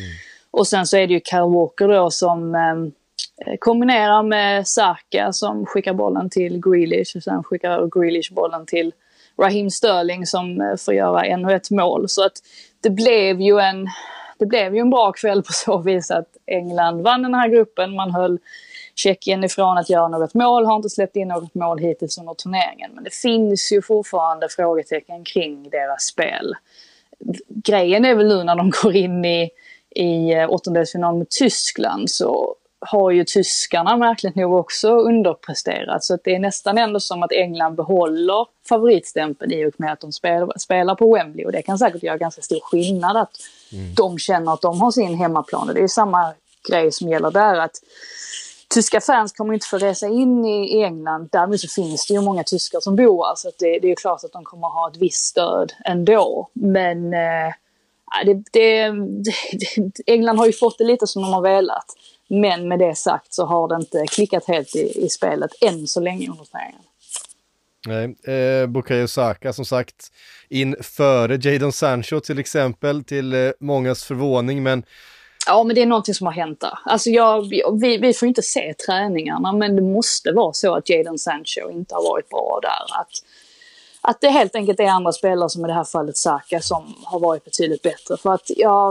Och sen så är det ju Kyle Walker då som eh, kombinerar med Saka som skickar bollen till Grealish och sen skickar Grealish bollen till Raheem Sterling som eh, får göra ännu ett mål. Så att det blev ju en, det blev ju en bra kväll på så vis att England vann den här gruppen. Man höll Tjeckien ifrån att göra något mål, har inte släppt in något mål hittills under turneringen. Men det finns ju fortfarande frågetecken kring deras spel. Grejen är väl nu när de går in i, i åttondelsfinal mot Tyskland så har ju tyskarna verkligen nog också underpresterat. Så att det är nästan ändå som att England behåller favoritstämpeln i och med att de spelar, spelar på Wembley. Och det kan säkert göra ganska stor skillnad att mm. de känner att de har sin hemmaplan. Och det är samma grej som gäller där, att tyska fans kommer inte få resa in i England. Därmed så finns det ju många tyskar som bor. Så att det, det är klart att de kommer ha ett visst stöd ändå. Men eh, det, det, det, England har ju fått det lite som de har velat. Men med det sagt så har det inte klickat helt i, i spelet än så länge under turneringen. Nej, eh, Bukayo Saka som sagt in före Jadon Sancho till exempel, till eh, mångas förvåning, men ja, men det är någonting som har hänt där. Alltså jag, vi, vi får inte se träningarna, men det måste vara så att Jadon Sancho inte har varit bra där. Att, att det helt enkelt är andra spelare, som i det här fallet Saka, som har varit betydligt bättre. För att jag,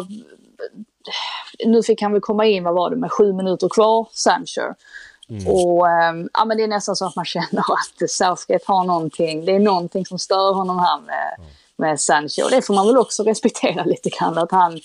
nu fick han väl komma in, vad var det, med sju minuter kvar, Sancho. Mm. Och ähm, ja, men det är nästan så att man känner att Southgate har någonting. Det är någonting som stör honom här med, mm. med Sancho. Och det får man väl också respektera lite grann, att han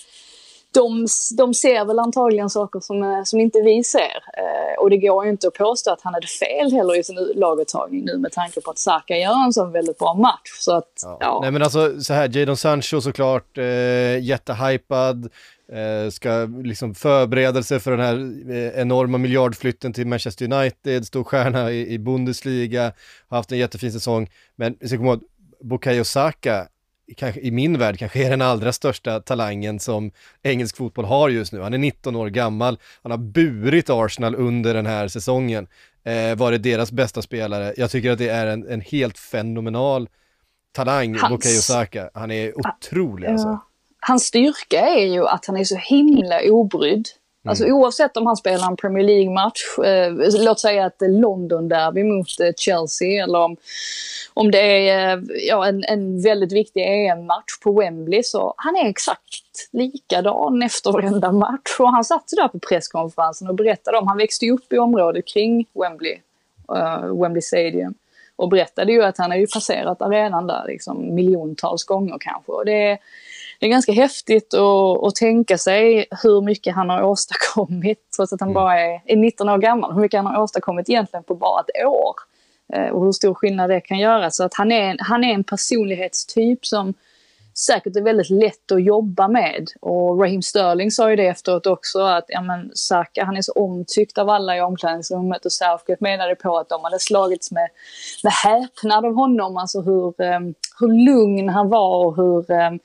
De, de ser väl antagligen saker som, som inte vi ser. Eh, och det går ju inte att påstå att han hade fel heller i sin laguttagning nu, med tanke på att Saka gör en sån väldigt bra match. Så att, ja. Ja. Nej, men alltså så här, Jadon Sancho såklart eh, jättehypad, eh, ska liksom förbereda sig för den här eh, enorma miljardflytten till Manchester United, stor stjärna i, i Bundesliga, har haft en jättefin säsong. Men jag ska komma ihåg, Bukayo Saka kanske, i min värld kanske är den allra största talangen som engelsk fotboll har just nu. Han är nitton år gammal, han har burit Arsenal under den här säsongen, eh, varit deras bästa spelare. Jag tycker att det är en, en helt fenomenal talang, Hans... Bukayo Saka. Han är otrolig. Ja. Alltså. Hans styrka är ju att han är så himla obrydd. Mm. Alltså oavsett om han spelar en Premier League-match, eh, låt säga att London derby mot eh, Chelsea, eller om, om det är eh, ja, en, en väldigt viktig E M-match på Wembley, så han är exakt likadan efter varenda match. Och han satt där på presskonferensen och berättade om, han växte upp i området kring Wembley, uh, Wembley Stadium, och berättade ju att han har ju passerat arenan där liksom miljontals gånger kanske. Och det är Det är ganska häftigt att, att tänka sig hur mycket han har åstadkommit, trots att han bara är, är nitton år gammal. Hur mycket han har åstadkommit egentligen på bara ett år. Eh, och hur stor skillnad det kan göra. Så att han är, han är en personlighetstyp som säkert är väldigt lätt att jobba med. Och Raheem Sterling sa ju det efteråt också, att ja, men Saka, han är så omtyckt av alla i omklädningsrummet, och Southgate menade på att de hade slagits med, med häpnad av honom. Alltså hur, um, hur lugn han var och hur... Um,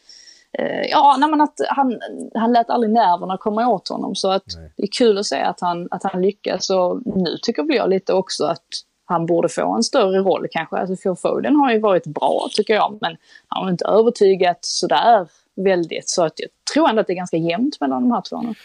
Ja, nej, men att han, han lät aldrig nerverna komma åt honom. Så att det är kul att se att han, att han lyckas. Och nu tycker väl jag lite också att han borde få en större roll kanske. Alltså Phil Foden har ju varit bra tycker jag, men han har inte övertygat sådär väldigt. Så att jag tror ändå att det är ganska jämnt mellan de här två nu.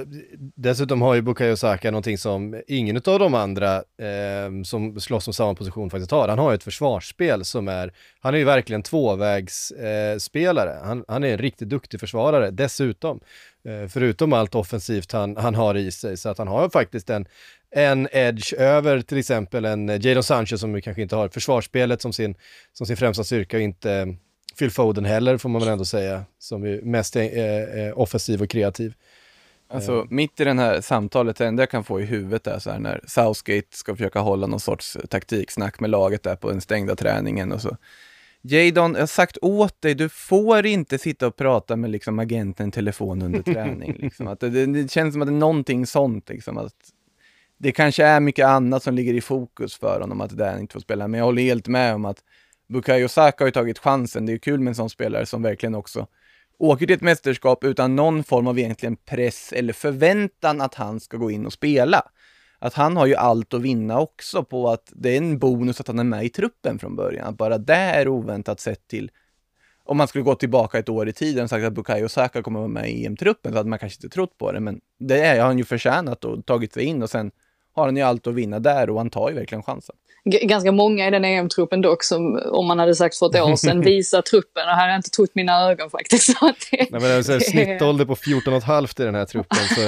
Dessutom har ju Bukayo Saka någonting som ingen av de andra eh, som slåss om samma position faktiskt har. Han har ju ett försvarsspel som är, han är ju verkligen tvåvägsspelare. Eh, spelare. han, han är en riktigt duktig försvarare dessutom. Eh, förutom allt offensivt han, han har i sig. Så att han har faktiskt en, en edge över till exempel en Jadon Sancho, som kanske inte har försvarsspelet som sin, som sin främsta styrka, och inte Phil Foden heller, får man väl ändå säga, som är mest eh, eh, offensiv och kreativ. Alltså eh. mitt i den här samtalet, det enda jag kan få i huvudet är så här, när Southgate ska försöka hålla någon sorts taktiksnack med laget där på den stängda träningen och så. Jadon, jag har sagt åt dig, du får inte sitta och prata med liksom agenten telefon under träning. Liksom. Att det, det känns som att det är någonting sånt. Liksom, att det kanske är mycket annat som ligger i fokus för honom, att det där inte får spela. Men jag håller helt med om att Bukayo Saka har ju tagit chansen. Det är kul med en sån spelare som verkligen också åker till ett mästerskap utan någon form av egentligen press eller förväntan att han ska gå in och spela. Att han har ju allt att vinna också på att det är en bonus att han är med i truppen från början. Att bara det är oväntat sett till om man skulle gå tillbaka ett år i tiden och sagt att Bukayo Saka kommer vara med i E M-truppen, så hade man kanske inte trott på det, men det är, har han ju förtjänat och tagit sig in, och sen har han ju allt att vinna där, och han tar ju verkligen chansen. G- ganska många i den E M-truppen dock, som om man hade sagt för ett år sedan visar truppen, och här har jag inte trott mina ögon faktiskt. Så att det, Nej, men det är så här, snittålder på fjorton och ett halvt i den här truppen. Så,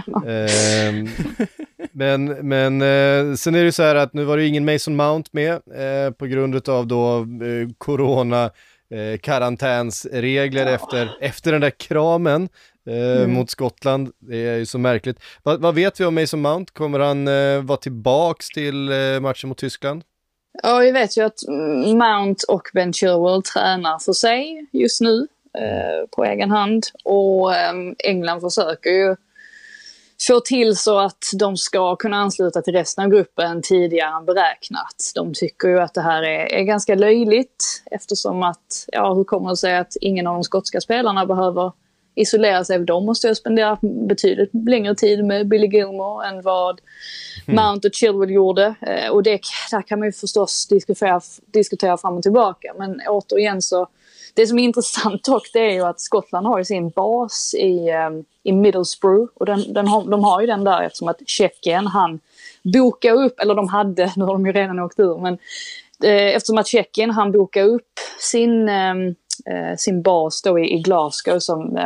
eh, men men eh, sen är det ju så här att nu var det ingen Mason Mount med eh, på grund av då eh, corona eh, karantänsregler Ja. efter, efter den där kramen eh, Mm. mot Skottland. Det är ju så märkligt. Va, vad vet vi om Mason Mount? Kommer han eh, vara tillbaks till eh, matchen mot Tyskland? Ja, vi vet ju att mm, Mount och Ben Chilwell tränar för sig just nu eh, på egen hand, och eh, England försöker ju få till så att de ska kunna ansluta till resten av gruppen tidigare än beräknat. De tycker ju att det här är, är ganska löjligt, eftersom att, ja, hur kommer det sig att ingen av de skotska spelarna behöver isolera sig? De måste ju spendera betydligt längre tid med Billy Gilmore än vad mm. Mount och Chilwell gjorde. Eh, och det där kan man ju förstås diskutera, diskutera fram och tillbaka. Men återigen så, det som är intressant dock, det är ju att Skottland har ju sin bas i, um, i Middlesbrough. Och den, den har, de har ju den där eftersom att Tjeckien, han bokar upp, eller de hade, nu har de ju redan åkt ur, men eh, eftersom att Tjeckien, han bokar upp sin... Um, sin bas då i Glasgow som,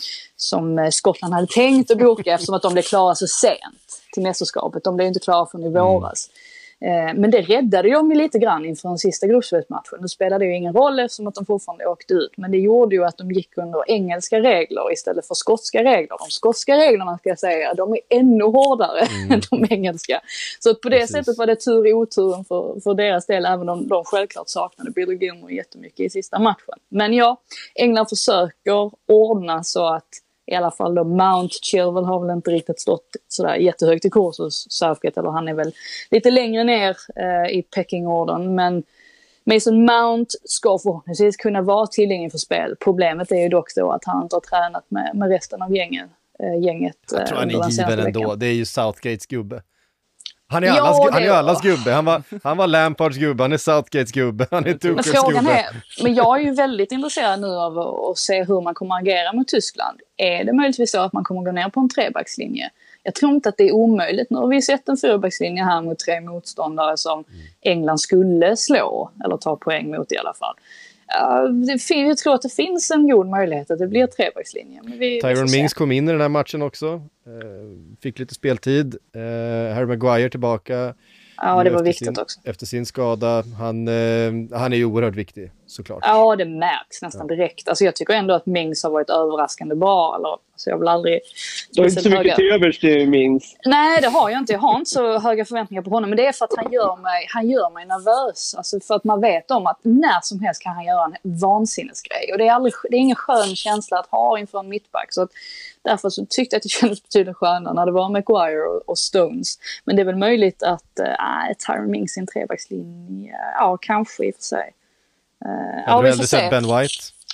som Skottland hade tänkt att boka, eftersom att de blev klara så sent till mästerskapet. De blev inte klara förrän i våras. Mm. Men det räddade ju dem lite grann inför den sista gruppspelsmatchen. Det spelade ju ingen roll eftersom att de fortfarande åkte ut. Men det gjorde ju att de gick under engelska regler istället för skotska regler. De skotska reglerna, ska jag säga, de är ännu hårdare mm. än de engelska. Så på det Precis. sättet var det tur i oturen för, för deras del, även om de självklart saknade Billy Gilmore jättemycket i sista matchen. Men ja, England försöker ordna så att i alla fall då Mount, Chilwell har väl inte riktigt stått sådär jättehögt i kurs hos Southgate, eller han är väl lite längre ner eh, i pecking-ordern, men Mason Mount ska förhoppningsvis kunna vara tillgänglig för spel. Problemet är ju dock då att han inte har tränat med, med resten av gängen, äh, gänget. Jag tror han är given ändå, det är ju Southgates gubbe. Han är, ja, allas, han är allas gubbe. Han var, han var Lampards gubbe, han är Southgates gubbe, han är Tuchels gubbe. Är, men jag är ju väldigt intresserad nu av att, att se hur man kommer agera mot Tyskland. Är det möjligtvis så att man kommer gå ner på en trebackslinje? Jag tror inte att det är omöjligt. Nu har vi sett en fyrabackslinje här mot tre motståndare som England skulle slå, eller ta poäng mot i alla fall. Uh, det fin- jag tror att det finns en god möjlighet att det blir trebackslinje. Tyrone Mings kom in i den här matchen också. Uh, fick lite speltid. Uh, Harry Maguire tillbaka. Ja, det var viktigt sin, också. Efter sin skada. Han, uh, han är ju oerhört viktig, såklart. Ja, det märks nästan ja. direkt. Alltså, jag tycker ändå att Mings har varit överraskande bra. Eller, alltså, jag vill aldrig... Du har inte så mycket till övers till Mings. Nej, det har jag inte. Jag har inte så höga förväntningar på honom. Men det är för att han gör mig, han gör mig nervös. Alltså, för att man vet om att när som helst kan han göra en vansinnesgrej. Och det är, aldrig, det är ingen skön känsla att ha inför en mittback. Så att, därför så tyckte jag att det kändes betydligt skönare när det var Maguire och, och Stones. Men det är väl möjligt att äh, Tyrone Mings i en trebackslinje, ja, kanske i och för sig. Uh, hade ja, du hellre sett Ben White?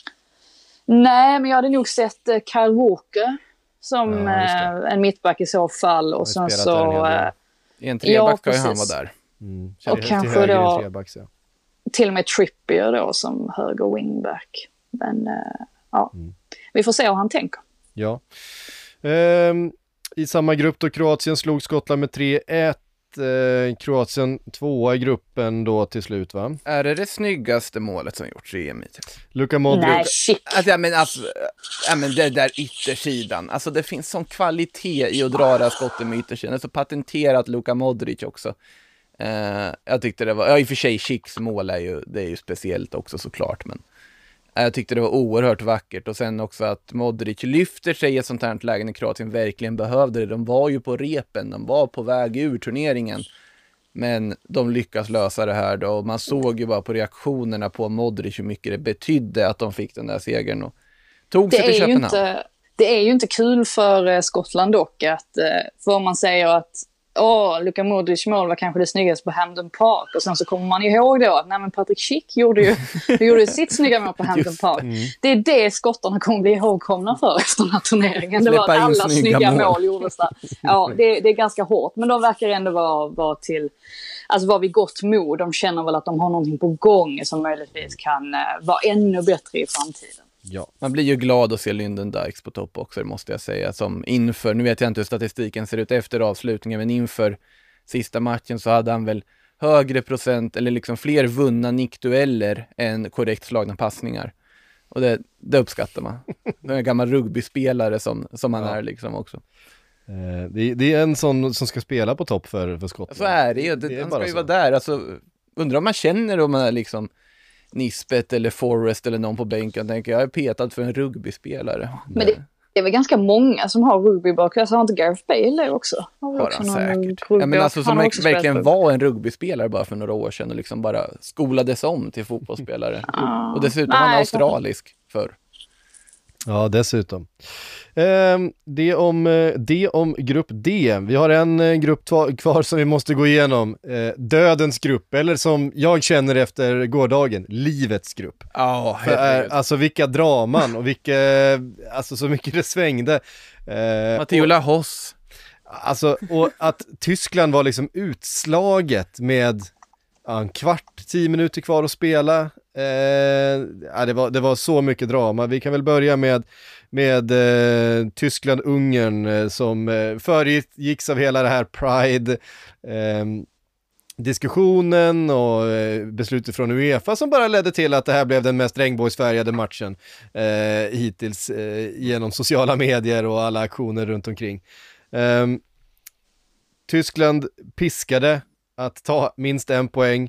Nej, men jag hade nog sett uh, Kyle Walker som ja, uh, en mittback i så fall. Och sen så... Uh, I en treback ska ja, ju han vara där. Mm. Och kanske då trebacks, ja. till och med Trippier då som höger wingback. Men uh, ja, mm. vi får se hur han tänker. Ja. Ehm, I samma grupp då Kroatien slog Skottland med tre ett. Eh, Kroatien tvåa i gruppen då till slut, va? Är det det snyggaste målet som gjorts i E M hittills? Luka Modric. Nej, shit. Alltså, ja, men alltså, ja, men det där yttersidan. Alltså det finns sån kvalitet i att dra det här skottet med yttersidan. Så patenterat Luka Modric också. Eh, jag tyckte det var, ja i och för sig Schicks mål är ju, det är ju speciellt också såklart, men jag tyckte det var oerhört vackert. Och sen också att Modric lyfter sig i ett sånt här läge när Kroatien verkligen behövde det. De var ju på repen, de var på väg ur turneringen. Men de lyckas lösa det här då. Och man såg ju bara på reaktionerna på Modric hur mycket det betydde att de fick den där segern. Och tog sig till Köpenhamn. Inte, det är ju inte kul för Skottland dock att, för om man säger att åh, Luka Modric mål var kanske det snyggaste på Hampden Park. Och sen så kommer man ihåg då att nej, men Patrick Schick gjorde ju gjorde sitt snygga mål på Hampden Park. Mm. Det är det skottarna kommer bli ihågkomna för efter den här turneringen. Det var att alla snygga, snygga mål. mål gjordes där. Ja, det, det är ganska hårt. Men de verkar ändå vara, vara till... Alltså var vi gott mod. De känner väl att de har någonting på gång som möjligtvis kan uh, vara ännu bättre i framtiden. Ja. Man blir ju glad att se Lyndon Dykes på topp också, måste jag säga. Som inför, nu vet jag inte hur statistiken ser ut efter avslutningen, men inför sista matchen så hade han väl högre procent, eller liksom fler vunna nickdueller än korrekt slagna passningar. Och det, det uppskattar man. Det är en gammal rugbyspelare som, som han ja. är liksom också. Eh, det, det är en sån som ska spela på topp för, för Skottland. Så är det ju. Det, det han ska ju så. vara där. Alltså, undrar om man känner om man är liksom Nisbet eller Forrest eller någon på bänken, tänker jag är petad för en rugbyspelare. Men det, det är väl ganska många som har rugby bakgrund. Jag sa inte Gareth Bale också. Har har också han säkert. Ja, men alltså, som verkligen var en rugbyspelare bara för några år sedan och liksom bara skolades om till fotbollsspelare. Ah. Och dessutom var han australisk för. Ja, dessutom. Eh, det, om, det om grupp D. Vi har en eh, grupp t- kvar som vi måste gå igenom. Eh, dödens grupp, eller som jag känner efter gårdagen, livets grupp. Oh, För, eh, alltså vilka draman och vilka, alltså så mycket det svängde. Eh, Matteo Lahoz. Alltså, och att Tyskland var liksom utslaget med ja, en kvart, tio minuter kvar att spela. Eh, ja, det, var, det var så mycket drama. Vi kan väl börja med, med eh, Tyskland-Ungern eh, som eh, föregicks av hela det här Pride eh, diskussionen och eh, beslutet från UEFA som bara ledde till att det här blev den mest regnbågsfärgade matchen eh, hittills eh, genom sociala medier och alla aktioner runt omkring. Eh, Tyskland piskade att ta minst en poäng.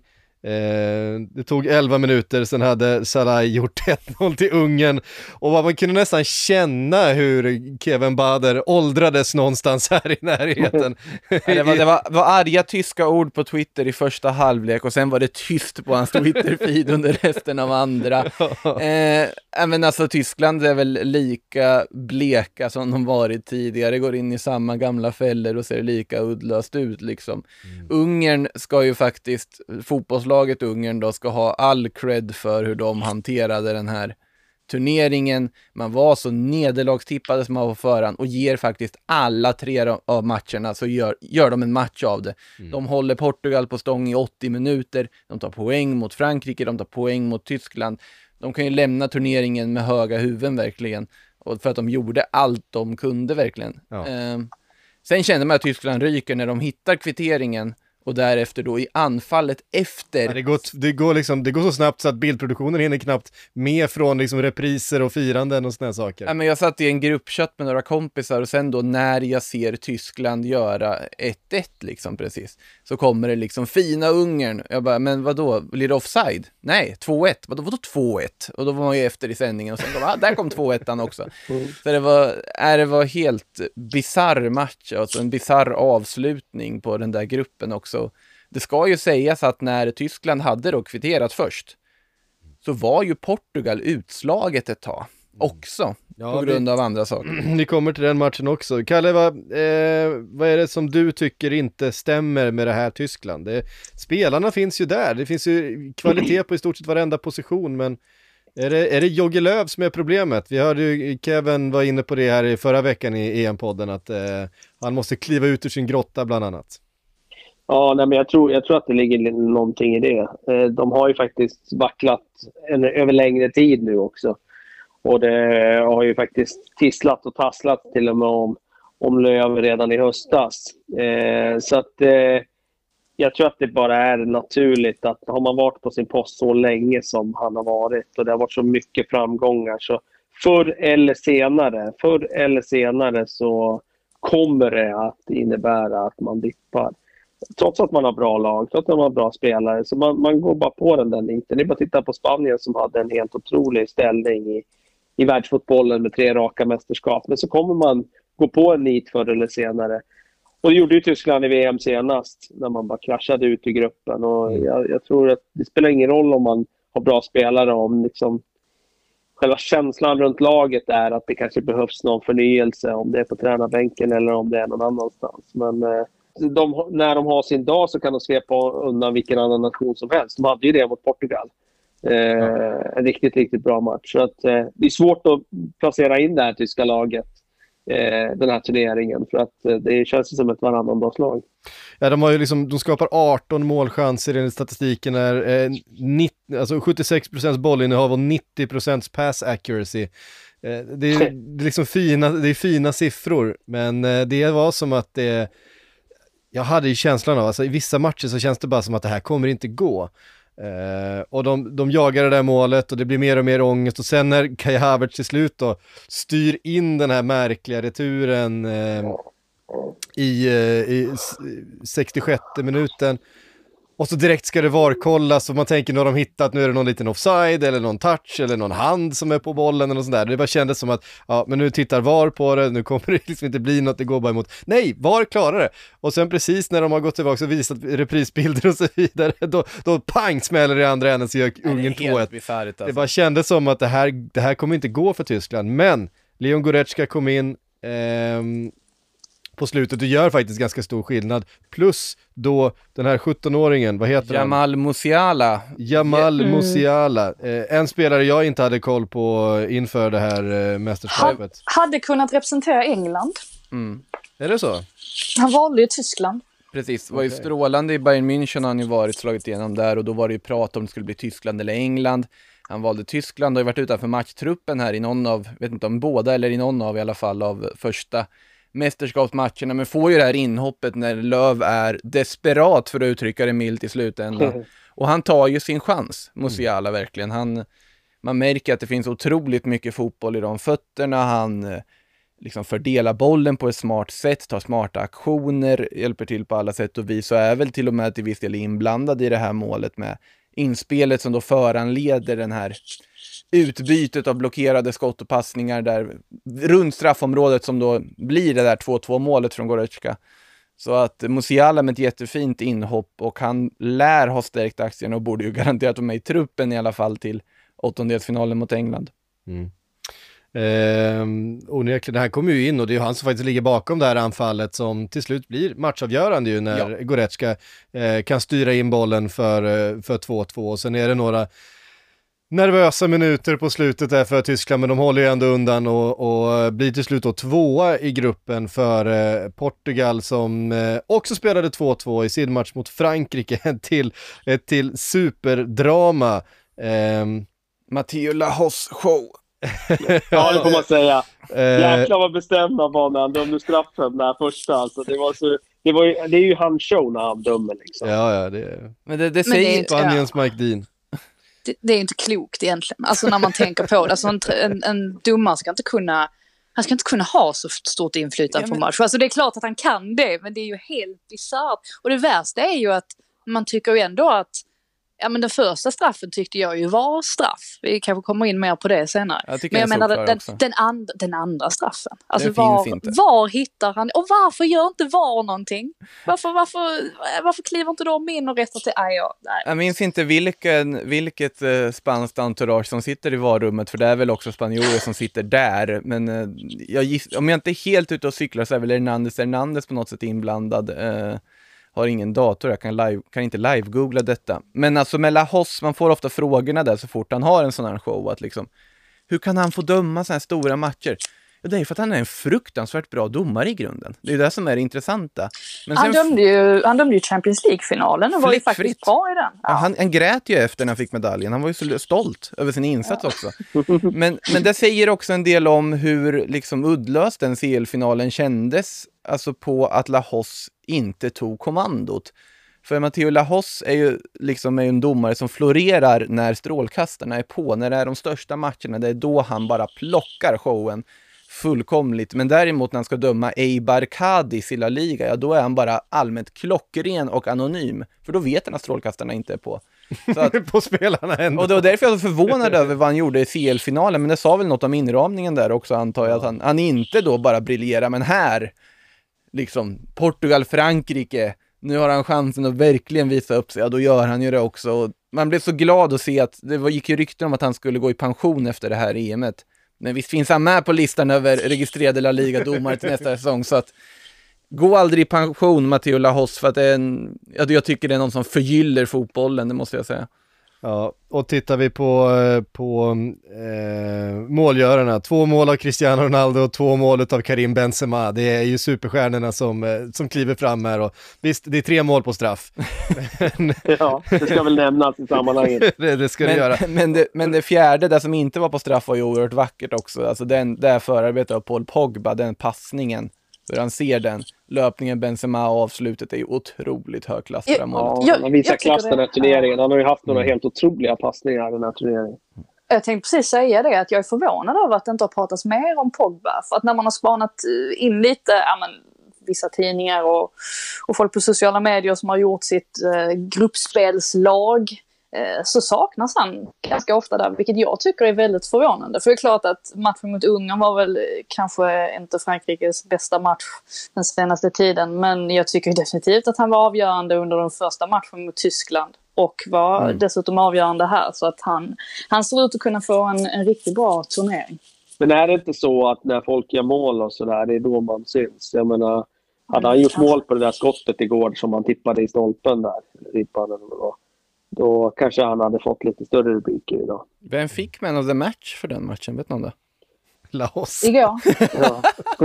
Eh, det tog elva minuter, sen hade Salah gjort ett noll till Ungern och man kunde nästan känna hur Kevin Bader åldrades någonstans här i närheten. Ja, det var, det var, var arga tyska ord på Twitter i första halvlek och sen var det tyst på hans Twitter-feed under resten av andra. Eh, men alltså Tyskland är väl lika bleka som de varit tidigare, går in i samma gamla fällor och ser lika uddlöst ut liksom. Mm. Ungern ska ju faktiskt, fotbollslaget Ungern då, ska ha all cred för hur de hanterade den här turneringen. Man var så nederlagstippade som man var på förhand och ger faktiskt alla tre av matcherna, så gör, gör de en match av det. Mm. De håller Portugal på stång i åttio minuter, de tar poäng mot Frankrike, de tar poäng mot Tyskland. De kan ju lämna turneringen med höga huvuden verkligen, och för att de gjorde allt de kunde verkligen. Ja. Eh, sen kände man att Tyskland ryker när de hittar kvitteringen. Och därefter då i anfallet efter... Ja, det, går, det, går liksom, det går så snabbt så att bildproduktionen hinner knappt med från liksom repriser och firanden och såna saker. Ja, men jag satt i en gruppchatt med några kompisar och sen då när jag ser Tyskland göra ett ett liksom precis, så kommer det liksom fina Ungern. Jag bara, men vadå? Blir det offside? Nej, två ett. Vadå, vadå två ett? Och då var man ju efter i sändningen och sen kom, ah, där kom två ettan också. Mm. Så det var, är det var helt bizarr match, alltså en bizarr avslutning på den där gruppen också. Så det ska ju sägas att när Tyskland hade då kvitterat först så var ju Portugal utslaget ett tag också, ja, på grund vi, av andra saker. Vi kommer till den matchen också. Kalle, vad, eh, vad är det som du tycker inte stämmer med det här Tyskland? Det, spelarna finns ju där, det finns ju kvalitet på i stort sett varenda position, men är det, är det Jogi Löw som är problemet? Vi hörde ju Kevin var inne på det här i förra veckan i E M-podden att eh, han måste kliva ut ur sin grotta bland annat. Ja, nej, men jag tror, jag tror att det ligger någonting i det. De har ju faktiskt vacklat en, över längre tid nu också. Och det har ju faktiskt tisslat och tasslat till och med om, om Löv redan i höstas. Eh, så att eh, jag tror att det bara är naturligt att har man varit på sin post så länge som han har varit och det har varit så mycket framgångar, så förr eller senare, förr eller senare så kommer det att innebära att man dippar. Trots att man har bra lag, trots att man har bra spelare. Så man, man går bara på den där niten. Det är bara att titta på Spanien som hade en helt otrolig ställning i, i världsfotbollen med tre raka mästerskap. Men så kommer man gå på en nit förr eller senare. Och det gjorde ju Tyskland i V M senast när man bara kraschade ut i gruppen. Och jag, jag tror att det spelar ingen roll om man har bra spelare, om liksom själva känslan runt laget är att det kanske behövs någon förnyelse, om det är på tränarbänken eller om det är någon annanstans. Men eh, de, när de har sin dag så kan de svepa undan vilken annan nation som helst. De hade ju det mot Portugal. Eh, ja. En riktigt, riktigt bra match. Så att, eh, det är svårt att placera in det här tyska laget, eh, den här turneringen, för att eh, det känns som ett varannandagslag. Ja, de har ju liksom, de skapar arton målchanser enligt statistiken är eh, nittio, alltså sjuttiosex procent bollinnehav och nittio procent pass accuracy. Eh, det, är, det är liksom fina, det är fina siffror, men eh, det var som att det, jag hade ju känslan av, alltså i vissa matcher så känns det bara som att det här kommer inte gå. Uh, och de, de jagar det där målet och det blir mer och mer ångest, och sen när Kai Havertz till slut då styr in den här märkliga returen uh, i, uh, i sextiosjätte minuten, och så direkt ska det varkollas och man tänker, nu har de hittat, nu är det någon liten offside eller någon touch eller någon hand som är på bollen eller något sånt där. Det bara kändes som att, ja, men nu tittar VAR på det, nu kommer det liksom inte bli något, det går bara emot. Nej, VAR klarar det. Och sen precis när de har gått tillbaka och visat reprisbilder och så vidare, då, då pang smäller det i andra änden så gör Ungern två ett. Alltså. Det bara kändes som att det här, det här kommer inte gå för Tyskland. Men Leon Goretzka kom in ehm, på slutet och gör faktiskt ganska stor skillnad. Plus då den här sjuttonåringen, vad heter Jamal han? Musiala. Jamal mm. Musiala. Eh, en spelare jag inte hade koll på inför det här eh, mästerskapet. Ha, hade kunnat representera England. Mm. Är det så? Han valde ju Tyskland. Precis, det var ju okay. Strålande i Bayern München, har han ju varit slagit igenom där, och då var det ju prat om det skulle bli Tyskland eller England. Han valde Tyskland och har varit utanför matchtruppen här i någon av, vet inte om båda eller i någon av i alla fall av första mästerskapsmatcherna, men får ju det här inhoppet när Löv är desperat, för att uttrycka det milt, i slutändan. Mm. Och han tar ju sin chans, Musiala, mm. verkligen. Han, man märker att det finns otroligt mycket fotboll i de fötterna. Han liksom fördelar bollen på ett smart sätt, tar smarta aktioner, hjälper till på alla sätt och vis, och är väl till och med till viss del inblandad i det här målet med inspelet som då föranleder den här utbytet av blockerade skott och passningar där runt straffområdet, som då blir det där två två målet från Goretzka. Så att Musiala med ett jättefint inhopp, och han lär ha stärkt aktien och borde ju garanterat vara med i truppen i alla fall till åttondelsfinalen mot England. Mm. Eh, onekligen, det här kommer ju in, och det är ju han som faktiskt ligger bakom det här anfallet som till slut blir matchavgörande ju, när ja. Goretzka eh, kan styra in bollen för, för två två, och sen är det några nervösa minuter på slutet där för Tyskland, men de håller ju ändå undan och, och blir till slut då tvåa i gruppen för eh, Portugal, som eh, också spelade två två i sin match mot Frankrike. Ett till, ett till superdrama. Eh, Matteo Lahos show. Ja, det får man säga. Jäklar vad bestämda var när han dömde straffen där första. Alltså, det, var så, det, var ju, det är ju hans show när han dömer. Liksom. Ja, ja, det är... Men det, det säger inte Spaniens ja. Mike Dean. Det, det är inte klokt egentligen. Alltså när man tänker på det. Alltså en, en, en domare ska inte kunna... Han ska inte kunna ha så stort inflytande ja, men... på match. Alltså det är klart att han kan det, men det är ju helt bisarrt. Och det värsta är ju att man tycker ju ändå att ja, men den första straffen tyckte jag ju var straff. Vi kanske kommer in mer på det senare. Jag men jag menar den, den, and, den andra straffen. Alltså var, var hittar han? Och varför gör inte VAR någonting? Varför, varför, varför kliver inte de in och rättar till? Aj, ja, nej. Jag minns inte vilken, vilket eh, spanskt entourage som sitter i VAR-rummet, för det är väl också spanjorer som sitter där. Men eh, jag giss, om jag inte är helt ute och cyklar så är väl Hernandez Hernandez på något sätt inblandad. Eh, har ingen dator, jag kan, live, kan inte live-googla detta. Men alltså med Lahos, man får ofta frågorna där så fort han har en sån här show, att liksom, hur kan han få döma så här stora matcher? Ja, det är för att han är en fruktansvärt bra domare i grunden. Det är det som är det intressanta. Men han, sen, dömde ju, han dömde ju Champions League-finalen och var ju faktiskt fritt. Bra i den. Ja. Ja, han, han grät ju efter när han fick medaljen. Han var ju så stolt över sin insats ja. också. Men, men det säger också en del om hur liksom uddlöst den C L-finalen kändes. Alltså på att Lahos inte tog kommandot. För Matteo Lahos är ju liksom är en domare som florerar när strålkastarna är på. När det är de största matcherna, det är då han bara plockar showen fullkomligt. Men däremot när han ska döma Eibar Cádiz i La Liga, ja då är han bara allmänt klockren och anonym. För då vet han att strålkastarna inte är på. Så att, på spelarna ändå. Och det var därför jag var förvånad över vad han gjorde i C L-finalen. Men det sa väl något om inramningen där också, antar jag. Att han, han inte då bara briljerar, men här liksom Portugal-Frankrike, nu har han chansen att verkligen visa upp sig, ja då gör han ju det också. Och man blev så glad att se att det var, gick ju rykten om att han skulle gå i pension efter det här E M-et. Men visst finns han med på listan över registrerade La Liga-domare till nästa säsong, så att Gå aldrig i pension, Matteo Lahoz, för att det är en, jag tycker det är någon som förgyller fotbollen, det måste jag säga. Ja, och tittar vi på, på eh, målgörarna, två mål av Cristiano Ronaldo och två mål av Karim Benzema, det är ju superstjärnorna som, som kliver fram här, och visst, det är tre mål på straff. Ja, det ska väl nämnas i sammanhanget. det, det ska men, det göra. Men det, men det fjärde, där som inte var på straff, var ju oerhört vackert också, alltså den, där förarbetet av Paul Pogba, den passningen, hur han ser den, löpningen Benzema och avslutet är ju otroligt högklass för det här målet. Ja, han har visat klass den här turneringen. Han har ju haft några Mm. helt otroliga passningar den här turneringen. Jag tänkte precis säga det, att jag är förvånad över att det inte har pratats mer om Pogba. För att när man har spanat in lite, ja men, vissa tidningar och, och folk på sociala medier som har gjort sitt eh, gruppspelslag, eh, så saknas han ganska ofta där, vilket jag tycker är väldigt förvånande. För det är klart att matchen mot Ungern var väl kanske inte Frankrikes bästa match den senaste tiden, men jag tycker definitivt att han var avgörande under den första matchen mot Tyskland. Och var mm. dessutom avgörande här, så att han, han ser ut att kunna få en, en riktigt bra turnering. Men är det inte så att när folk gör mål och sådär, det är då man syns? Jag menar, hade han gjort mål på det där skottet igår som han tippade i stolpen där, ribban eller vad, då kanske han hade fått lite större rubriker idag. Vem fick man of the match för den matchen, vet någon det? Laos. Igår. Ja.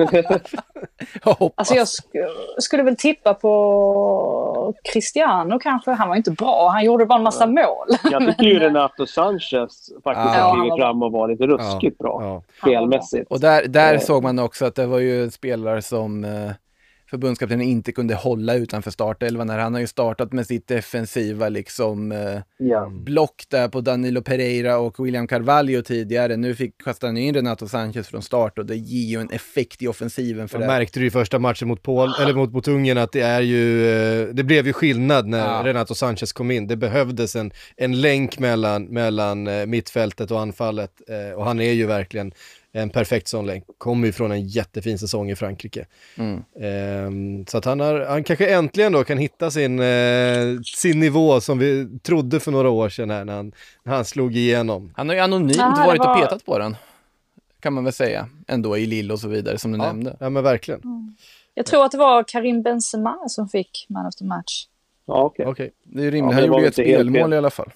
Jag alltså jag sk- skulle väl tippa på Cristiano kanske. Han var inte bra, han gjorde bara en massa mål. Jag tycker ju Renato Sanchez faktiskt Ja, har klivit fram och varit ruskigt Ja, bra, ja. spelmässigt. Och där, där Eh. såg man också att det var ju en spelare som eh, förbundskaptenen inte kunde hålla utanför startelvan. När han har ju startat med sitt defensiva liksom eh, Ja. block där på Danilo Pereira och William Carvalho tidigare. Nu fick kastan in Renato Sanchez från start och det ger ju en effekt i offensiven för Man det. märkte det i första matchen mot Pol, eller mot, mot Ungern, att det är ju, eh, det blev ju skillnad när Ja. Renato Sanchez kom in. Det behövdes en, en länk mellan, mellan eh, mittfältet och anfallet, eh, och han är ju verkligen en perfekt sån länk. Kommer ju från en jättefin säsong i Frankrike. Mm. Ehm, så att han, har, han kanske äntligen då kan hitta sin, eh, sin nivå som vi trodde för några år sedan här, när han, när han slog igenom. Han har ju anonymt Nej, det varit var- och petat på den, kan man väl säga. Ändå i Lille och så vidare som du Ja, nämnde. ja men verkligen. Jag tror att det var Karim Benzema som fick man of the match. Ja, okej. Okej. Det är ju rimligt, Ja, det han var gjorde ju ett inte helt spelmål fel. i alla fall.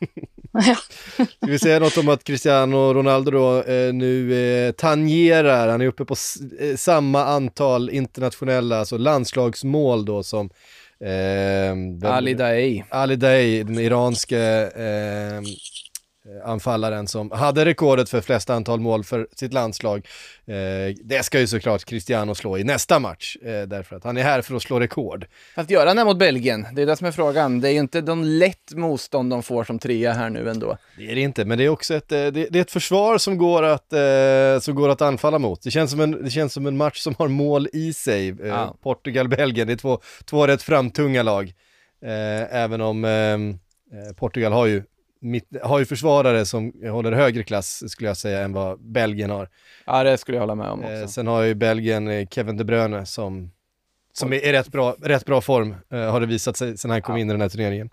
Ska vi säga något om att Cristiano Ronaldo då eh, nu eh, tangerar, han är uppe på s- eh, samma antal internationella, alltså landslagsmål då som eh, vem- Ali Daei. Ali Daei, den iranske eh, anfallaren som hade rekordet för flesta antal mål för sitt landslag. Eh, det ska ju såklart Cristiano slå i nästa match, eh, därför att han är här för att slå rekord. Fast göra han det mot Belgien, det är det som är frågan. Det är ju inte de lätt motstånd de får som trea här nu ändå. Det är det inte, men det är också ett, eh, det, det är ett försvar som går att, eh, som går att anfalla mot. Det känns som en, det känns som en match som har mål i sig. Eh, Ja. Portugal-Belgien, det är två, två rätt framtunga lag. Eh, även om eh, eh, Portugal har ju, mitt, har ju försvarare som håller högre klass, skulle jag säga, än vad Belgien har. Ja, det skulle jag hålla med om också. Eh, sen har ju Belgien eh, Kevin De Bruyne som, som är i rätt bra, rätt bra form, eh, har det visat sig sen han kom Ja. in i den här turneringen.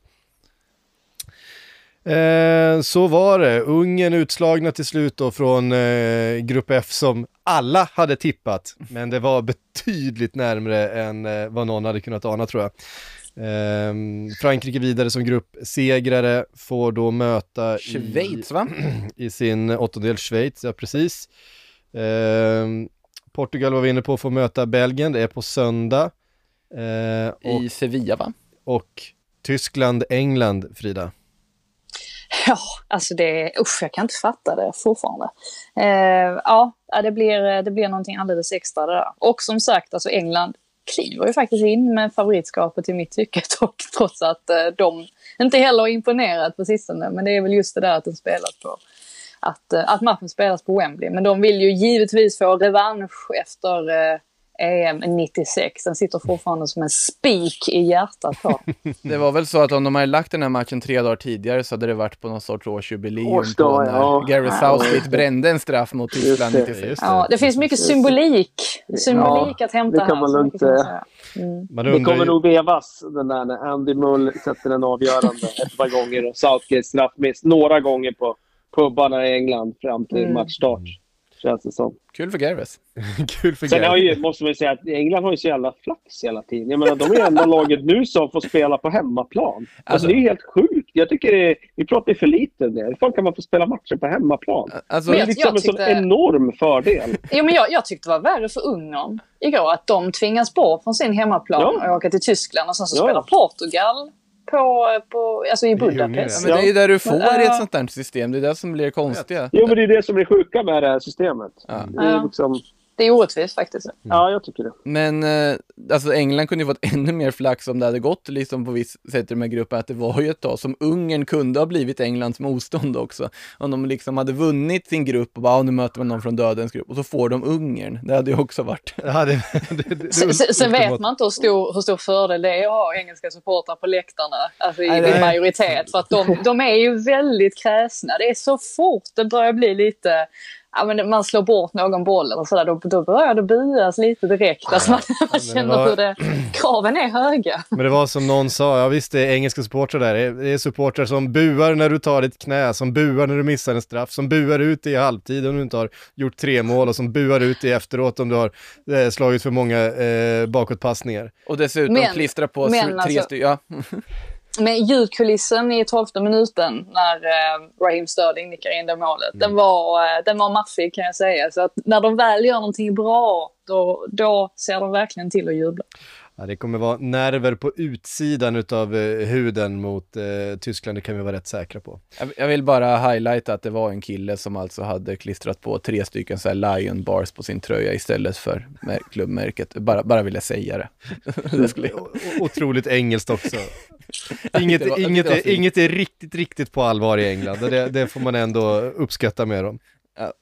Eh, så var det. Ungern utslagna till slut då från eh, Grupp F som alla hade tippat, men det var betydligt närmare än eh, vad någon hade kunnat ana, tror jag. Eh, Frankrike vidare som gruppsegrare, får då möta Schweiz, va? i, i sin åttondel Schweiz, ja precis. Eh, Portugal var vi inne på, får möta Belgien, det är på söndag. Eh, och, I Sevilla, va? och Tyskland, England, Frida. Ja, alltså det, usch, jag kan inte fatta det fortfarande. Eh, ja, det blir, det blir någonting alldeles extra där. Och som sagt, alltså England kliver ju faktiskt in med favoritskapet i mitt tycke, och trots att eh, de inte heller har imponerat på sistone. Men det är väl just det där att de spelas på, att, eh, att matchen spelas på Wembley. Men de vill ju givetvis få revansch efter eh, E M nittiosex. Den sitter fortfarande som en spik i hjärtat på. Det var väl så att om de hade lagt den här matchen tre dagar tidigare så hade det varit på någon sorts årsjubileum Årsdag, på när ja. Gary Southgate brände en straff mot Tyskland Just det, nittiosex. just det. Ja, det finns mycket symbolik, symbolik Ja, att hämta det kan här. man så lugnt mycket kan man säga. säga. Mm. Man Det undrar kommer ju, nog vevas den där när Andy Mull sätter den avgörande ett par gånger och Southgate straffmiss några gånger på pubbarna i England fram till Mm. matchstart. känns det som. Kul för Gareth. Kul för Sen har Gareth. ju, måste man ju säga att England har ju så jävla flax hela tiden. Jag menar, de är ju enda laget nu som får spela på hemmaplan. Alltså, Alltså- det är helt sjukt. Jag tycker det är, vi pratar ju för lite om det. Hur fan kan man få spela matcher på hemmaplan? Alltså, Det är jag- liksom jag en sån tyckte- enorm fördel. Jo, men jag, jag tyckte det var värre för Ungern igår att de tvingas bort från sin hemmaplan Ja. och åka till Tyskland och sen så Ja. spelar Portugal på, på, alltså i Budapest. Ja, men det är ju där du får Men, i ett äh, sånt där system. Det är det som blir konstiga. Jo, men det är det som är sjuka med det här systemet. Ja. Det är Ja. liksom, Det är orättvist faktiskt. ja, jag tycker det. Men eh, alltså England kunde ju fått ännu mer flax om det hade gått liksom på viss sätt i de här grupperna, att det var ju ett tag som Ungern kunde ha blivit Englands motstånd också. Om de liksom hade vunnit sin grupp och bara, ah, nu möter man någon från dödens grupp och så får de Ungern. Det hade ju också varit. Ja, det, det, det, det, Sen, sen- sen vet ultimat. man inte hur stor, hur stor fördel det är att ha engelska supportrar på läktarna, alltså i, Nej, i nej. majoritet. För att de, de är ju väldigt kräsna. Det är så fort det börjar bli lite... Ja, men man slår bort någon boll eller sådär, då, då börjar det buas lite direkt. Alltså man, man det känner var- hur det... Kraven är höga. Men det var som någon sa, ja visst det är engelska supportrar där, det är- det är supportrar som buar när du tar ditt knä, som buar när du missar en straff, som buar ut i halvtid om du inte har gjort tre mål och som buar ut i efteråt om du har eh, slagit för många eh, bakåtpassningar. Och dessutom Men- klistra på men tre alltså- stycken. Ja. Men ljudkulissen i tolfte minuten när eh, Raheem Sterling nickar in det målet, den, var, eh, den var maffig kan jag säga. Så att när de väl gör någonting bra, då, då ser de verkligen till att jubla. Ja, det kommer vara nerver på utsidan utav eh, huden mot eh, Tyskland, det kan vi vara rätt säkra på. Jag, jag vill bara highlighta att det var en kille som alltså hade klistrat på tre stycken så här Lion Bars på sin tröja istället för mär- klubbmärket. Bara, bara ville säga det. det skulle jag. O- o- Otroligt engelskt också. Inget, Det var- inget, det var är, fint. inget är riktigt, riktigt på allvar i England. Och Det, det får man ändå uppskatta med dem. Ja.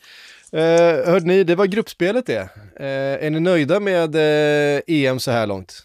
Eh, hörde ni, det var gruppspelet det. Eh, är ni nöjda med eh, E M så här långt?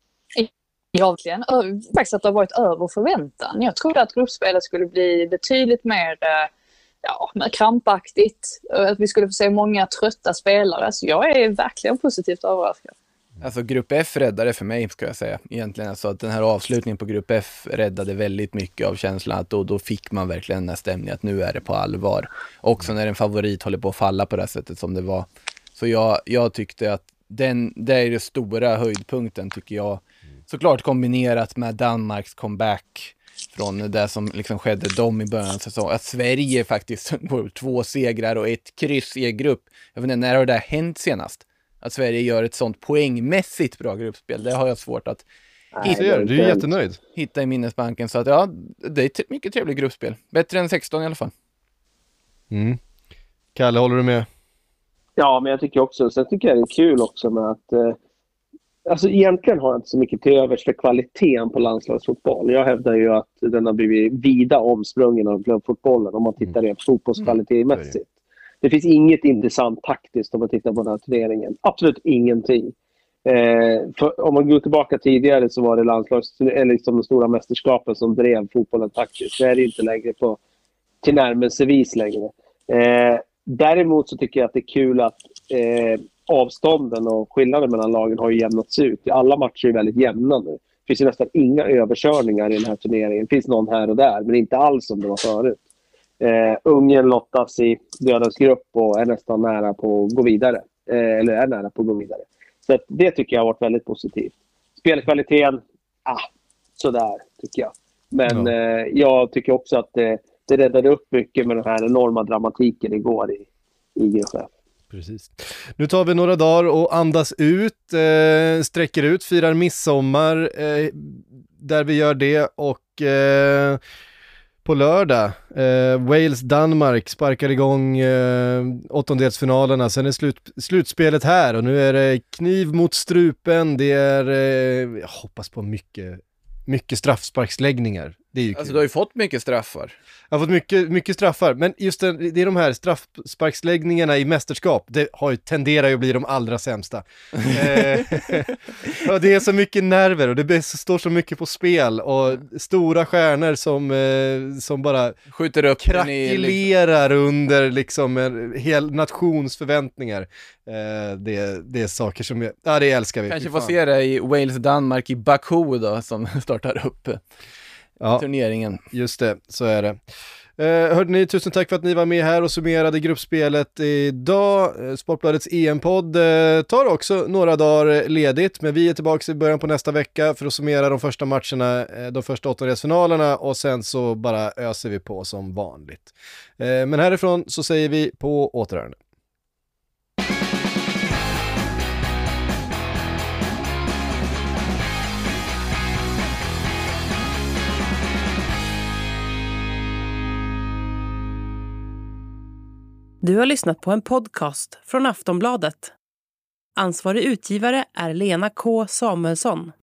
Ja, verkligen. Ö- Faktiskt att det har varit över förväntan. Jag trodde att gruppspelet skulle bli betydligt mer eh, ja, mer krampaktigt. Och att vi skulle få se många trötta spelare. Så jag är verkligen positivt överraskad. Alltså grupp F räddade för mig, ska jag säga. Egentligen alltså att den här avslutningen på grupp F räddade väldigt mycket av känslan att då, då fick man verkligen den här stämningen att nu är det på allvar. Också när en favorit håller på att falla på det här sättet som det var. Så jag, jag tyckte att den, det är den stora höjdpunkten tycker jag. Såklart kombinerat med Danmarks comeback från det som liksom skedde dem i början av säsongen. Att Sverige faktiskt får två segrar och ett kryss i en grupp. Jag vet inte, när har det där hänt senast? Att Sverige gör ett sånt poängmässigt bra gruppspel. Det har jag svårt att Så gör du, du är jättenöjd. hitta i minnesbanken. Så att ja, det är ett mycket trevligt gruppspel. Bättre än sexton i alla fall. Mm. Kalle, håller du med? Ja, men jag tycker också, sen tycker jag det är kul också med att eh, alltså egentligen har jag inte så mycket till övers för kvaliteten på landslagsfotboll. Jag hävdar ju att den har blivit vida omsprungen av klubbfotbollen om man tittar rent fotbollskvalitetmässigt. Det finns inget intressant taktiskt om man tittar på den här turneringen. Absolut ingenting. Eh, för om man går tillbaka tidigare så var det landslags, eller liksom de stora mästerskapen som drev fotbollen taktiskt. Det är det inte längre på tillnärmelsevis längre. Eh, däremot så tycker jag att det är kul att eh, avstånden och skillnaden mellan lagen har ju jämnats ut. Alla matcher är väldigt jämna nu. Det finns ju nästan inga överkörningar i den här turneringen. Det finns någon här och där, men inte alls som det var förut. Eh, Ungern lottas i dödens grupp och är nästan nära på att gå vidare. Eh, eller är nära på att gå vidare. Så att det tycker jag har varit väldigt positivt. Spelkvaliteten, ah, sådär tycker jag. Men Ja. eh, jag tycker också att det, det räddade upp mycket med den här enorma dramatiken igår i, i G F F. Precis. Nu tar vi några dagar och andas ut, eh, sträcker ut, firar midsommar eh, där vi gör det och eh, på lördag, eh, Wales-Danmark sparkar igång eh, åttondelsfinalerna, sen är slut, slutspelet här och nu är det kniv mot strupen, det är, eh, jag hoppas på mycket, mycket straffsparksläggningar. Det är ju Alltså kul. du har ju fått mycket straffar. Jag har fått mycket, mycket straffar, men just det, det är de här straffsparksläggningarna i mästerskap, det har ju, tenderar ju att bli de allra sämsta. eh, ja, det är så mycket nerver och det blir- står så mycket på spel och stora stjärnor som, eh, som bara Skjuter upp den i... krackelerar under liksom en hel nations förväntningar. Eh, det, det är saker som, jag, ja det älskar vi. Kanske Fy får fan. se det i Wales-Danmark i Baku då, som startar upp Ja. turneringen. Just det, så är det. Eh, hörde ni, tusen tack för att ni var med här och summerade gruppspelet idag. Eh, Sportbladets E M-podd eh, tar också några dagar ledigt, men vi är tillbaka i början på nästa vecka för att summera de första matcherna, eh, de första åttondelsfinalerna, och sen så bara öser vi på som vanligt. Eh, men härifrån så säger vi på återhörande. Du har lyssnat på en podcast från Aftonbladet. Ansvarig utgivare är Lena K. Samuelsson.